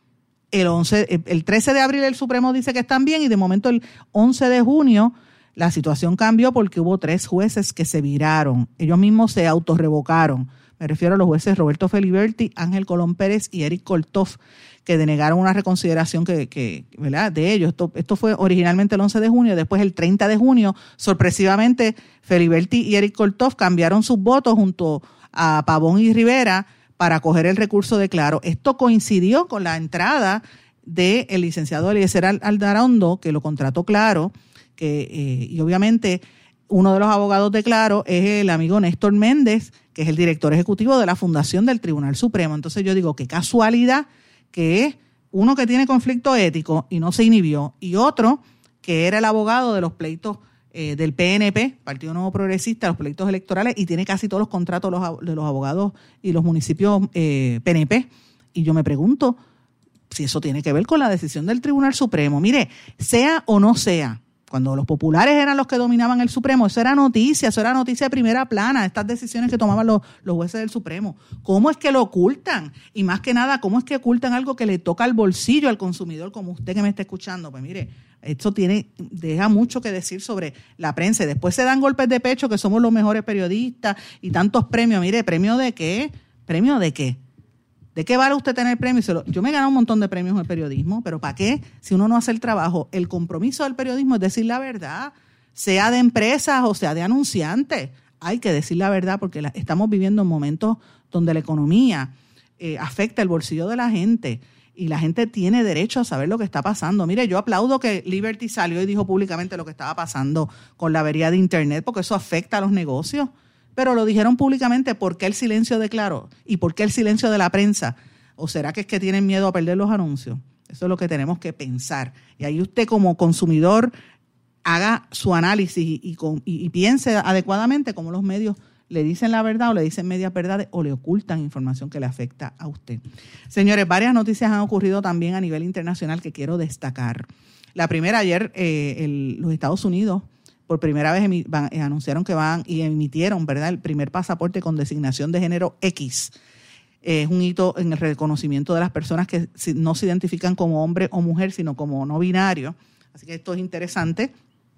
el, once, el trece de abril el Supremo dice que están bien y de momento el once de junio la situación cambió porque hubo tres jueces que se viraron. Ellos mismos se autorrevocaron. Me refiero a los jueces Roberto Feliberti, Ángel Colón Pérez y Eric Kolthoff, que denegaron una reconsideración que, que ¿verdad? de ellos. Esto, esto fue originalmente el once de junio, después el treinta de junio, sorpresivamente, Feliberti y Eric Kolthoff cambiaron sus votos junto a Pavón y Rivera para coger el recurso de Claro. Esto coincidió con la entrada del licenciado Eliezer Aldarondo, que lo contrató Claro, que eh, y obviamente uno de los abogados de Claro es el amigo Néstor Méndez, que es el director ejecutivo de la Fundación del Tribunal Supremo. Entonces yo digo, qué casualidad que es uno que tiene conflicto ético y no se inhibió, y otro que era el abogado de los pleitos eh, del P N P, Partido Nuevo Progresista, los pleitos electorales, y tiene casi todos los contratos de los, de los abogados y los municipios eh, P N P. Y yo me pregunto si eso tiene que ver con la decisión del Tribunal Supremo. Mire, sea o no sea, cuando los populares eran los que dominaban el Supremo, eso era noticia, eso era noticia de primera plana, estas decisiones que tomaban los, los jueces del Supremo. ¿Cómo es que lo ocultan? Y más que nada, ¿cómo es que ocultan algo que le toca al bolsillo al consumidor, como usted que me está escuchando? Pues mire, esto tiene, deja mucho que decir sobre la prensa. Y después se dan golpes de pecho que somos los mejores periodistas y tantos premios. Mire, ¿premio de qué? ¿Premio de qué? ¿De qué vale usted tener premios? Yo me he ganado un montón de premios en el periodismo, pero ¿para qué? Si uno no hace el trabajo. El compromiso del periodismo es decir la verdad, sea de empresas o sea de anunciantes. Hay que decir la verdad porque la, estamos viviendo en momentos donde la economía eh, afecta el bolsillo de la gente y la gente tiene derecho a saber lo que está pasando. Mire, yo aplaudo que Liberty salió y dijo públicamente lo que estaba pasando con la avería de Internet, porque eso afecta a los negocios. Pero lo dijeron públicamente. ¿Por qué el silencio de Claro? ¿Y por qué el silencio de la prensa? ¿O será que es que tienen miedo a perder los anuncios? Eso es lo que tenemos que pensar. Y ahí usted como consumidor haga su análisis y, y, y, y piense adecuadamente cómo los medios le dicen la verdad o le dicen medias verdades o le ocultan información que le afecta a usted. Señores, varias noticias han ocurrido también a nivel internacional que quiero destacar. La primera, ayer eh, el, los Estados Unidos por primera vez emi, van, eh, anunciaron que van y emitieron, ¿verdad?, el primer pasaporte con designación de género X. Eh, es un hito en el reconocimiento de las personas que no se identifican como hombre o mujer, sino como no binario. Así que esto es interesante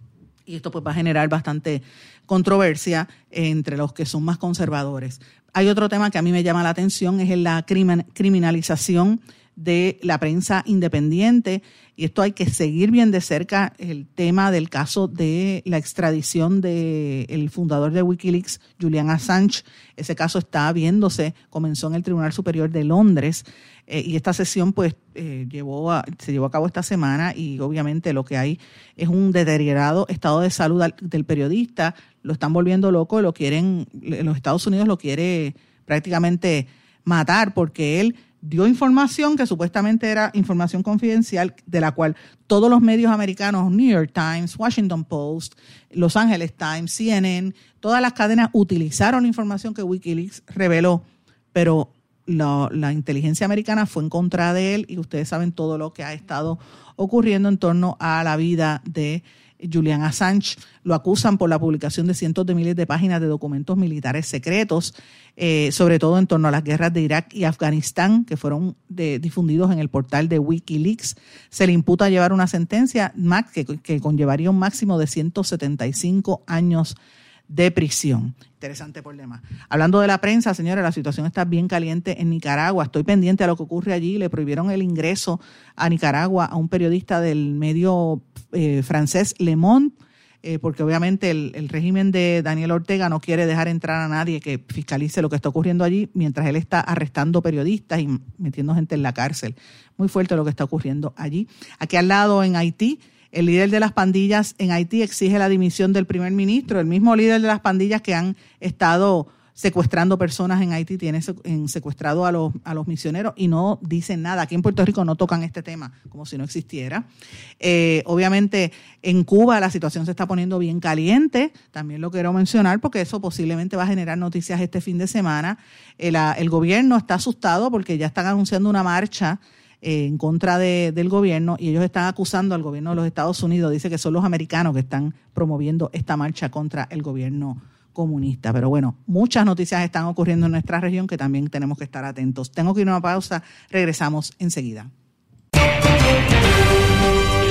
y esto pues va a generar bastante controversia entre los que son más conservadores. Hay otro tema que a mí me llama la atención, es la crimin- criminalización de la prensa independiente, y esto hay que seguir bien de cerca el tema del caso de la extradición del fundador de Wikileaks, Julian Assange. Ese caso está viéndose, comenzó en el Tribunal Superior de Londres, eh, y esta sesión pues eh, llevó a, se llevó a cabo esta semana, y obviamente lo que hay es un deteriorado estado de salud al, del periodista. Lo están volviendo loco, lo quieren, los Estados Unidos lo quiere prácticamente matar porque él dio información que supuestamente era información confidencial, de la cual todos los medios americanos, New York Times, Washington Post, Los Angeles Times, C N N, todas las cadenas utilizaron la información que Wikileaks reveló, pero la, la inteligencia americana fue en contra de él, y ustedes saben todo lo que ha estado ocurriendo en torno a la vida de Julian Assange. Lo acusan por la publicación de cientos de miles de páginas de documentos militares secretos, eh, sobre todo en torno a las guerras de Irak y Afganistán, que fueron de, difundidos en el portal de Wikileaks. Se le imputa llevar una sentencia que, que conllevaría un máximo de ciento setenta y cinco años de prisión. Interesante problema. Hablando de la prensa, señores, la situación está bien caliente en Nicaragua. Estoy pendiente a lo que ocurre allí. Le prohibieron el ingreso a Nicaragua a un periodista del medio eh, francés Le Monde, eh, porque obviamente el, el régimen de Daniel Ortega no quiere dejar entrar a nadie que fiscalice lo que está ocurriendo allí, mientras él está arrestando periodistas y metiendo gente en la cárcel. Muy fuerte lo que está ocurriendo allí. Aquí al lado, en Haití, el líder de las pandillas en Haití exige la dimisión del primer ministro. El mismo líder de las pandillas que han estado secuestrando personas en Haití tiene secuestrado a los, a los misioneros y no dicen nada. Aquí en Puerto Rico no tocan este tema como si no existiera. Eh, obviamente en Cuba la situación se está poniendo bien caliente. También lo quiero mencionar porque eso posiblemente va a generar noticias este fin de semana. El, el gobierno está asustado porque ya están anunciando una marcha en contra de, del gobierno, y ellos están acusando al gobierno de los Estados Unidos. Dice que son los americanos que están promoviendo esta marcha contra el gobierno comunista. Pero bueno, muchas noticias están ocurriendo en nuestra región que también tenemos que estar atentos. Tengo que ir a una pausa, regresamos enseguida.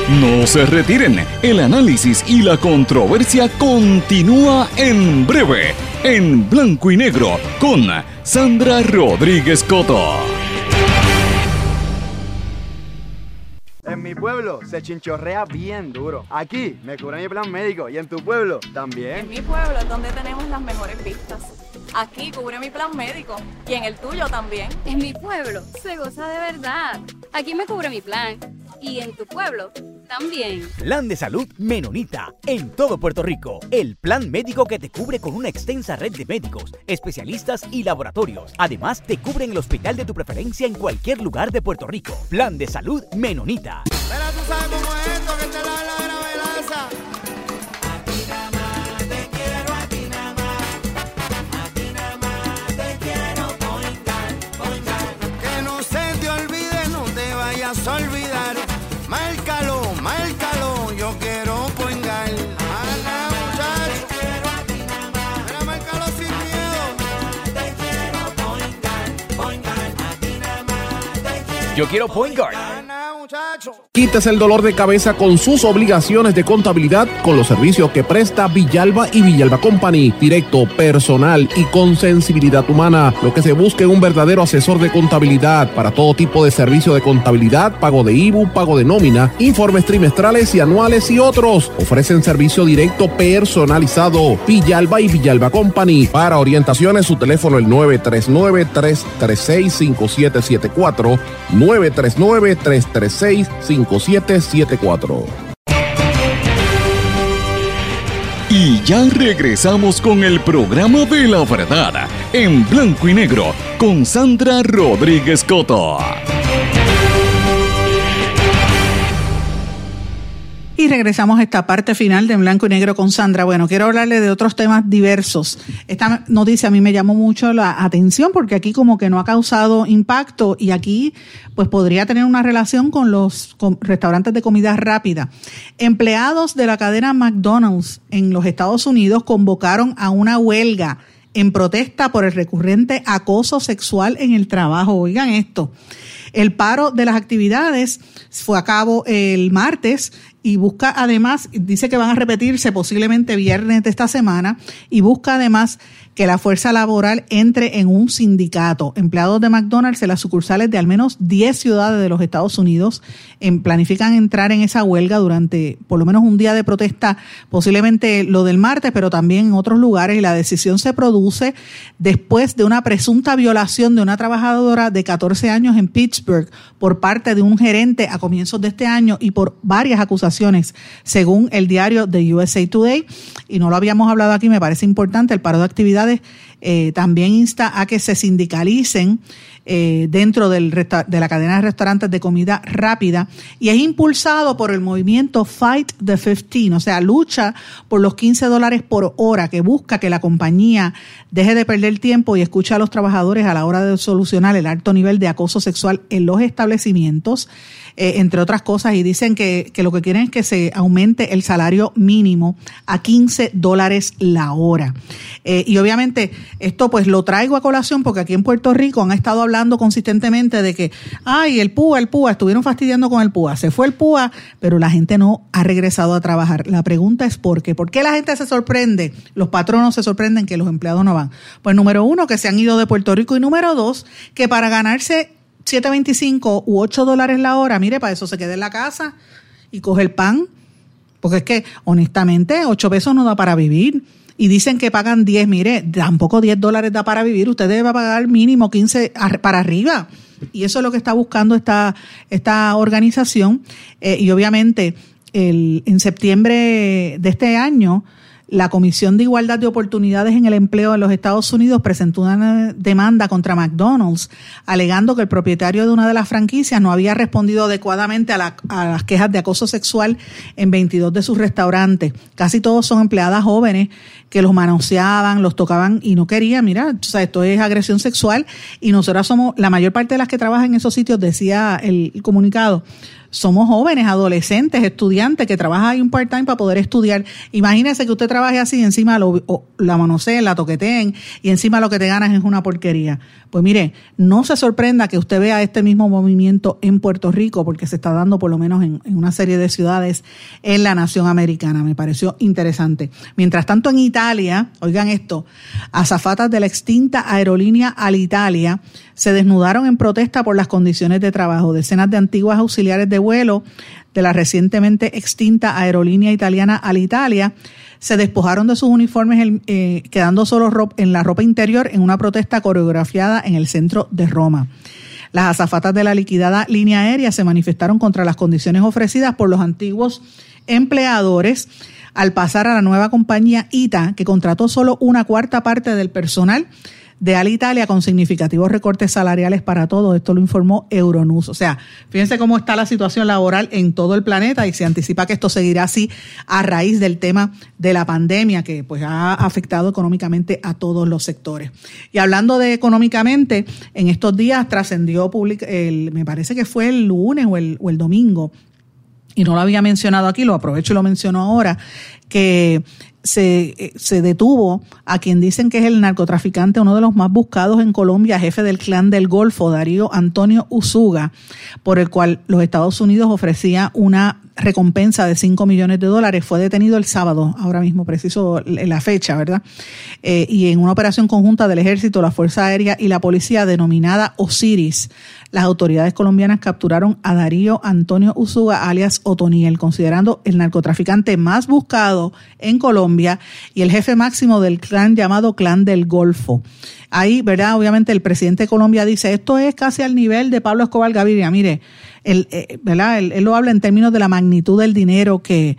No se retiren, el análisis y la controversia continúa en breve, en Blanco y Negro, con Sandra Rodríguez Coto. En mi pueblo se chinchorrea bien duro. Aquí me cubre mi plan médico y en tu pueblo también. En mi pueblo es donde tenemos las mejores vistas. Aquí cubre mi plan médico y en el tuyo también. En mi pueblo se goza de verdad. Aquí me cubre mi plan y en tu pueblo también. Plan de Salud Menonita en todo Puerto Rico. El plan médico que te cubre con una extensa red de médicos, especialistas y laboratorios. Además, te cubre en el hospital de tu preferencia en cualquier lugar de Puerto Rico. Plan de Salud Menonita. Pero tú sabes cómo es esto, que te la la gravelaza. A ti nada más te quiero, a ti nada más. A ti nada más te quiero poingar, poingar. Que no se te olvide, no te vayas a olvidar. Márcalo, márcalo, yo quiero poingar. Ana, muchacho. Te quiero a ti nada más. Mira, márcalo sin miedo. Te quiero poingar, poingar. A ti nada más te quiero. Yo quiero Point Guard. Quítese el dolor de cabeza con sus obligaciones de contabilidad con los servicios que presta Villalba y Villalba Company. Directo, personal y con sensibilidad humana. Lo que se busca en un verdadero asesor de contabilidad para todo tipo de servicio de contabilidad, pago de I B U, pago de nómina, informes trimestrales y anuales y otros. Ofrecen servicio directo personalizado. Villalba y Villalba Company. Para orientaciones, su teléfono el nueve tres nueve, tres tres seis, cinco siete siete cuatro, nueve tres nueve, tres tres seis, cinco siete siete cuatro. Y ya regresamos con el programa de la verdad, en Blanco y Negro, con Sandra Rodríguez Coto. Y regresamos a esta parte final de En Blanco y Negro con Sandra. Bueno, quiero hablarle de otros temas diversos. Esta noticia a mí me llamó mucho la atención porque aquí como que no ha causado impacto y aquí pues podría tener una relación con los con restaurantes de comida rápida. Empleados de la cadena McDonald's en los Estados Unidos convocaron a una huelga en protesta por el recurrente acoso sexual en el trabajo. Oigan esto. El paro de las actividades fue a cabo el martes y busca además, dice que van a repetirse posiblemente viernes de esta semana, y busca además que la fuerza laboral entre en un sindicato. Empleados de McDonald's en las sucursales de al menos diez ciudades de los Estados Unidos en, planifican entrar en esa huelga durante por lo menos un día de protesta, posiblemente lo del martes, pero también en otros lugares, y la decisión se produce después de una presunta violación de una trabajadora de catorce años en Pittsburgh por parte de un gerente a comienzos de este año y por varias acusaciones, según el diario The U S A Today. Y no lo habíamos hablado aquí, me parece importante, el paro de actividades eh, también insta a que se sindicalicen eh, dentro del resta- de la cadena de restaurantes de comida rápida, y es impulsado por el movimiento Fight the quince, o sea, lucha por los quince dólares por hora, que busca que la compañía deje de perder tiempo y escuche a los trabajadores a la hora de solucionar el alto nivel de acoso sexual en los establecimientos, eh, entre otras cosas, y dicen que, que lo que quieren es que se aumente el salario mínimo a quince dólares la hora. Eh, y obviamente esto pues lo traigo a colación porque aquí en Puerto Rico han estado hablando consistentemente de que, ay, el P U A, el P U A, estuvieron fastidiando con el P U A, se fue el P U A, pero la gente no ha regresado a trabajar. La pregunta es ¿por qué? ¿Por qué la gente se sorprende? Los patronos se sorprenden que los empleados no van. Pues número uno, que se han ido de Puerto Rico, y número dos, que para ganarse siete veinticinco u ocho dólares la hora, mire, para eso se queda en la casa y coge el pan, porque es que honestamente ocho pesos no da para vivir. Y dicen que pagan diez, mire, tampoco diez dólares da para vivir, usted debe pagar mínimo quince para arriba. Y eso es lo que está buscando esta, esta organización. Eh, y obviamente el, en septiembre de este año, la Comisión de Igualdad de Oportunidades en el Empleo de los Estados Unidos presentó una demanda contra McDonald's, alegando que el propietario de una de las franquicias no había respondido adecuadamente a, la, a las quejas de acoso sexual en veintidós de sus restaurantes. Casi todos son empleadas jóvenes que los manoseaban, los tocaban y no querían. Mira, o sea, esto es agresión sexual, y nosotras somos, la mayor parte de las que trabajan en esos sitios, decía el, el comunicado, somos jóvenes, adolescentes, estudiantes que trabajan ahí un part-time para poder estudiar. Imagínese que usted trabaje así y encima lo, o la manoseen, la toqueteen y encima lo que te ganas es una porquería. Pues mire, no se sorprenda que usted vea este mismo movimiento en Puerto Rico, porque se está dando por lo menos en, en una serie de ciudades en la nación americana. Me pareció interesante. Mientras tanto, en Italia, oigan esto, azafatas de la extinta aerolínea Alitalia se desnudaron en protesta por las condiciones de trabajo. Decenas de antiguas auxiliares de vuelo de la recientemente extinta aerolínea italiana Alitalia se despojaron de sus uniformes, eh, quedando solo ropa, en la ropa interior en una protesta coreografiada en el centro de Roma. Las azafatas de la liquidada línea aérea se manifestaron contra las condiciones ofrecidas por los antiguos empleadores al pasar a la nueva compañía I T A, que contrató solo una cuarta parte del personal de Alitalia con significativos recortes salariales para todos. Esto lo informó Euronews. O sea, fíjense cómo está la situación laboral en todo el planeta y se anticipa que esto seguirá así a raíz del tema de la pandemia que pues ha afectado económicamente a todos los sectores. Y hablando de económicamente, en estos días trascendió, public- el, me parece que fue el lunes o el, o el domingo, y no lo había mencionado aquí, lo aprovecho y lo menciono ahora, que se, se detuvo a quien dicen que es el narcotraficante, uno de los más buscados en Colombia, jefe del Clan del Golfo, Darío Antonio Usuga, por el cual los Estados Unidos ofrecía una recompensa de cinco millones de dólares. Fue detenido el sábado, ahora mismo preciso la fecha, ¿verdad? Eh, y en una operación conjunta del Ejército, la Fuerza Aérea y la Policía denominada Osiris, las autoridades colombianas capturaron a Darío Antonio Usuga, alias Otoniel, considerando el narcotraficante más buscado en Colombia y el jefe máximo del clan llamado Clan del Golfo. Ahí, ¿verdad? Obviamente el presidente de Colombia dice, esto es casi al nivel de Pablo Escobar Gaviria. Mire, él, eh, ¿verdad? Él, él lo habla en términos de la magnitud del dinero que,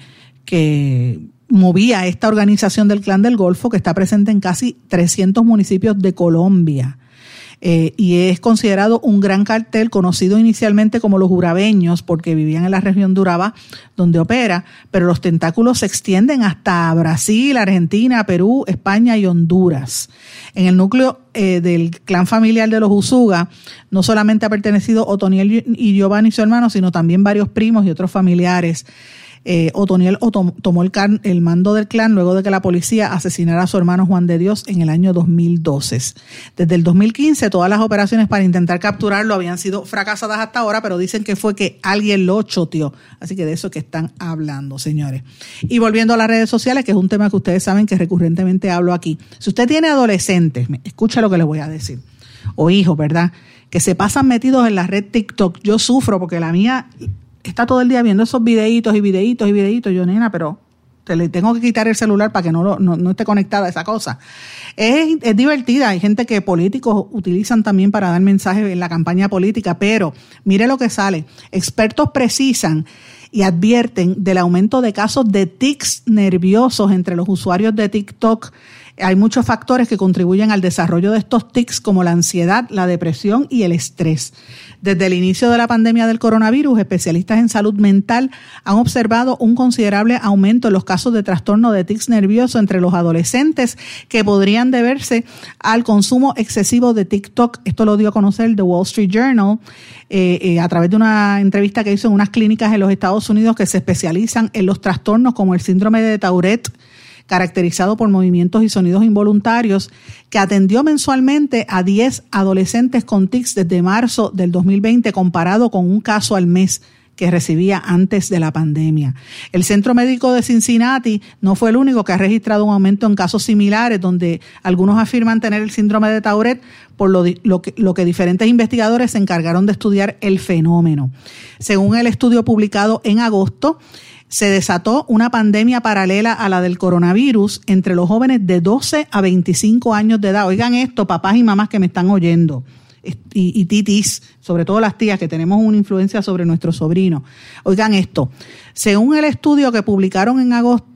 que movía esta organización del Clan del Golfo, que está presente en casi trescientos municipios de Colombia. Eh, y es considerado un gran cartel conocido inicialmente como los urabeños porque vivían en la región de Urabá donde opera, pero los tentáculos se extienden hasta Brasil, Argentina, Perú, España y Honduras. En el núcleo eh, del clan familiar de los Usuga no solamente ha pertenecido Otoniel y Giovanni, su hermano, sino también varios primos y otros familiares. Eh, Otoniel tomó el, can, el mando del clan luego de que la policía asesinara a su hermano Juan de Dios en el año dos mil doce. Desde el dos mil quince todas las operaciones para intentar capturarlo habían sido fracasadas hasta ahora, pero dicen que fue que alguien lo choteó. Así que de eso que están hablando, señores. Y volviendo a las redes sociales, que es un tema que ustedes saben que recurrentemente hablo aquí. Si usted tiene adolescentes, escucha lo que les voy a decir, o hijos, ¿verdad?, que se pasan metidos en la red TikTok. Yo sufro porque la mía está todo el día viendo esos videitos y videitos y videitos. Yo, nena, pero te le tengo que quitar el celular para que no, lo, no, no esté conectada a esa cosa. Es, es divertida. Hay gente que políticos utilizan también para dar mensajes en la campaña política, pero mire lo que sale. Expertos precisan y advierten del aumento de casos de tics nerviosos entre los usuarios de TikTok. Hay muchos factores que contribuyen al desarrollo de estos tics, como la ansiedad, la depresión y el estrés. Desde el inicio de la pandemia del coronavirus, especialistas en salud mental han observado un considerable aumento en los casos de trastorno de tics nervioso entre los adolescentes que podrían deberse al consumo excesivo de TikTok. Esto lo dio a conocer el The Wall Street Journal eh, eh, a través de una entrevista que hizo en unas clínicas en los Estados Unidos que se especializan en los trastornos como el síndrome de Tourette, caracterizado por movimientos y sonidos involuntarios, que atendió mensualmente a diez adolescentes con tics desde marzo del dos mil veinte, comparado con un caso al mes que recibía antes de la pandemia. El Centro Médico de Cincinnati no fue el único que ha registrado un aumento en casos similares, donde algunos afirman tener el síndrome de Tourette, por lo, lo, que, lo que diferentes investigadores se encargaron de estudiar el fenómeno. Según el estudio publicado en agosto, se desató una pandemia paralela a la del coronavirus entre los jóvenes de doce a veinticinco años de edad. Oigan esto, papás y mamás que me están oyendo, y, y titis, sobre todo las tías, que tenemos una influencia sobre nuestros sobrinos. Oigan esto, según el estudio que publicaron en agosto,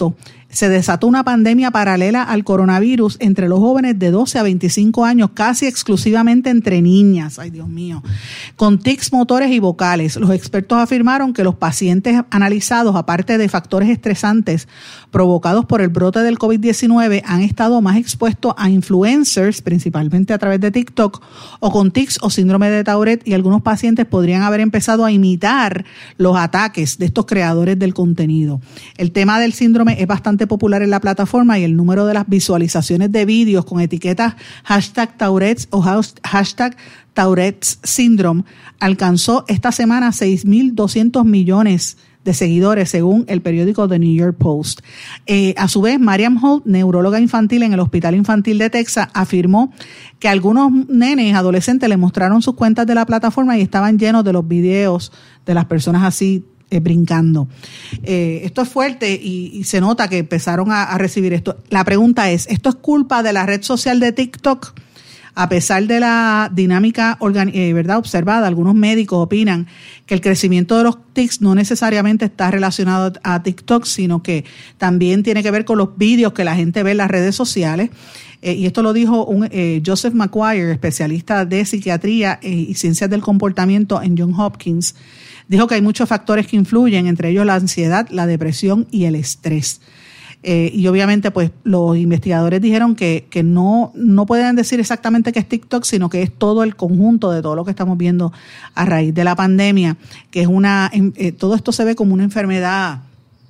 se desató una pandemia paralela al coronavirus entre los jóvenes de doce a veinticinco años, casi exclusivamente entre niñas. Ay, Dios mío. Con tics motores y vocales. Los expertos afirmaron que los pacientes analizados, aparte de factores estresantes provocados por el brote del COVID diecinueve, han estado más expuestos a influencers, principalmente a través de TikTok, o con tics o síndrome de Tourette, y algunos pacientes podrían haber empezado a imitar los ataques de estos creadores del contenido. El tema del síndrome es bastante popular en la plataforma y el número de las visualizaciones de vídeos con etiquetas hashtag Tourette's o hashtag Tourette's Syndrome alcanzó esta semana seis mil doscientos millones de seguidores, según el periódico The New York Post. Eh, a su vez, Mariam Holt, neuróloga infantil en el Hospital Infantil de Texas, afirmó que algunos nenes adolescentes le mostraron sus cuentas de la plataforma y estaban llenos de los videos de las personas así Eh, brincando. Eh, esto es fuerte y, y se nota que empezaron a, a recibir esto. La pregunta es, ¿esto es culpa de la red social de TikTok? A pesar de la dinámica organi- eh, ¿verdad? observada, algunos médicos opinan que el crecimiento de los tics no necesariamente está relacionado a TikTok, sino que también tiene que ver con los vídeos que la gente ve en las redes sociales. Eh, y esto lo dijo un, eh, Joseph McGuire, especialista de psiquiatría eh, y ciencias del comportamiento en Johns Hopkins. Dijo que hay muchos factores que influyen, entre ellos la ansiedad, la depresión y el estrés. Eh, y obviamente, pues, los investigadores dijeron que, que no, no pueden decir exactamente que es TikTok, sino que es todo el conjunto de todo lo que estamos viendo a raíz de la pandemia, que es una, eh, todo esto se ve como una enfermedad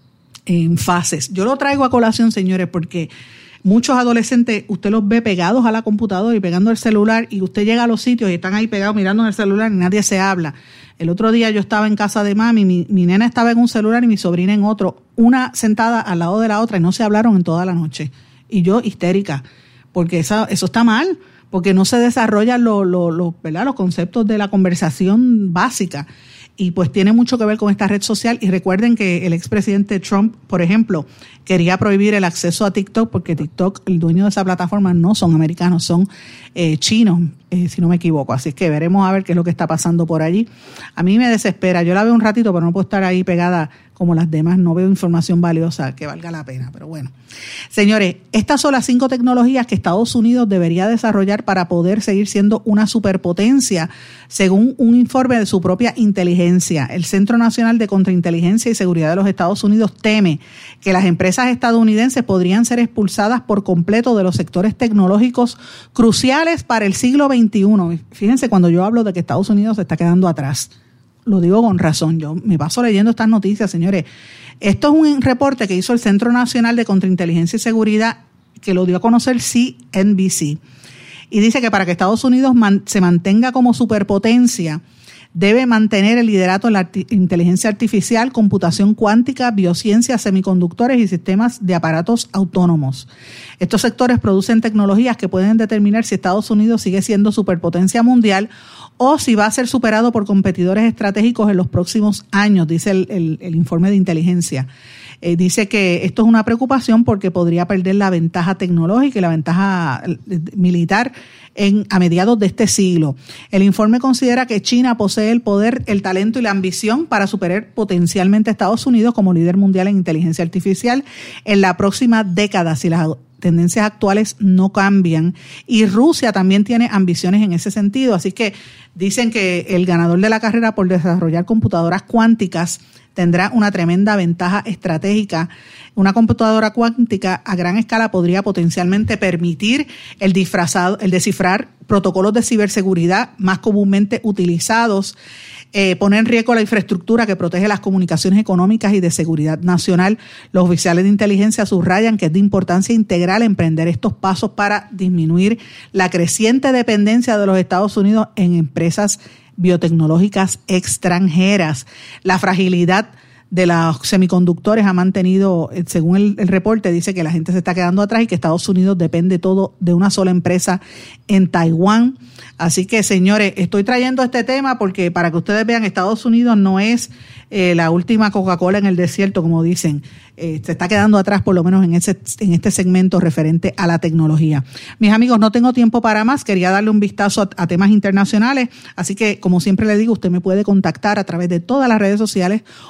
en fases. Yo lo traigo a colación, señores, porque muchos adolescentes, usted los ve pegados a la computadora y pegando el celular, y usted llega a los sitios y están ahí pegados mirando en el celular y nadie se habla. El otro día yo estaba en casa de mami, mi, mi nena estaba en un celular y mi sobrina en otro, una sentada al lado de la otra, y no se hablaron en toda la noche. Y yo histérica, porque eso, eso está mal, porque no se desarrollan lo, lo, lo, ¿verdad? los conceptos de la conversación básica. Y pues tiene mucho que ver con esta red social. Y recuerden que el expresidente Trump, por ejemplo, quería prohibir el acceso a TikTok, porque TikTok, el dueño de esa plataforma, no son americanos, son eh, chinos, eh, si no me equivoco. Así que veremos a ver qué es lo que está pasando por allí. A mí me desespera. Yo la veo un ratito, pero no puedo estar ahí pegada como las demás. No veo información valiosa que valga la pena. Pero bueno. Señores, estas son las cinco tecnologías que Estados Unidos debería desarrollar para poder seguir siendo una superpotencia, según un informe de su propia inteligencia. El Centro Nacional de Contrainteligencia y Seguridad de los Estados Unidos teme que las empresas estadounidenses podrían ser expulsadas por completo de los sectores tecnológicos cruciales para el siglo veintiuno. Fíjense, cuando yo hablo de que Estados Unidos se está quedando atrás, lo digo con razón. Yo me paso leyendo estas noticias, señores. Esto es un reporte que hizo el Centro Nacional de Contrainteligencia y Seguridad, que lo dio a conocer C N B C. Y dice que para que Estados Unidos man, se mantenga como superpotencia, debe mantener el liderato en la arti- inteligencia artificial, computación cuántica, biociencia, semiconductores y sistemas de aparatos autónomos. Estos sectores producen tecnologías que pueden determinar si Estados Unidos sigue siendo superpotencia mundial o si va a ser superado por competidores estratégicos en los próximos años, dice el, el, el informe de inteligencia. Eh, dice que esto es una preocupación porque podría perder la ventaja tecnológica y la ventaja militar en, a mediados de este siglo. El informe considera que China posee el poder, el talento y la ambición para superar potencialmente a Estados Unidos como líder mundial en inteligencia artificial en la próxima década, si las tendencias actuales no cambian. Y Rusia también tiene ambiciones en ese sentido. Así que dicen que el ganador de la carrera por desarrollar computadoras cuánticas tendrá una tremenda ventaja estratégica. Una computadora cuántica a gran escala podría potencialmente permitir el disfrazado, el descifrar protocolos de ciberseguridad más comúnmente utilizados, eh, poner en riesgo la infraestructura que protege las comunicaciones económicas y de seguridad nacional. Los oficiales de inteligencia subrayan que es de importancia integral emprender estos pasos para disminuir la creciente dependencia de los Estados Unidos en empresas biotecnológicas extranjeras. La fragilidad de los semiconductores ha mantenido, según el, el reporte, dice que la gente se está quedando atrás y que Estados Unidos depende todo de una sola empresa en Taiwán. Así que, señores, estoy trayendo este tema porque para que ustedes vean, Estados Unidos no es eh, la última Coca-Cola en el desierto, como dicen. Eh, se está quedando atrás, por lo menos en ese en este segmento referente a la tecnología. Mis amigos, no tengo tiempo para más. Quería darle un vistazo a, a temas internacionales. Así que, como siempre le digo, usted me puede contactar a través de todas las redes sociales o en el correo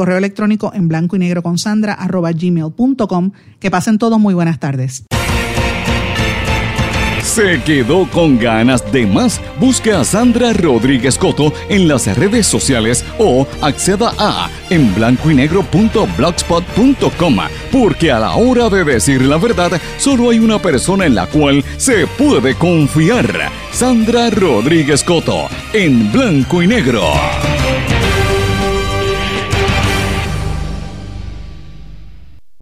correo electrónico en blanco y negro con Sandra arroba gmail punto com. Que pasen todos muy buenas tardes. ¿Se quedó con ganas de más? Busque a Sandra Rodríguez Coto en las redes sociales o acceda a en blanco y negro punto blogspot punto com, porque a la hora de decir la verdad, solo hay una persona en la cual se puede confiar. Sandra Rodríguez Coto, en blanco y negro.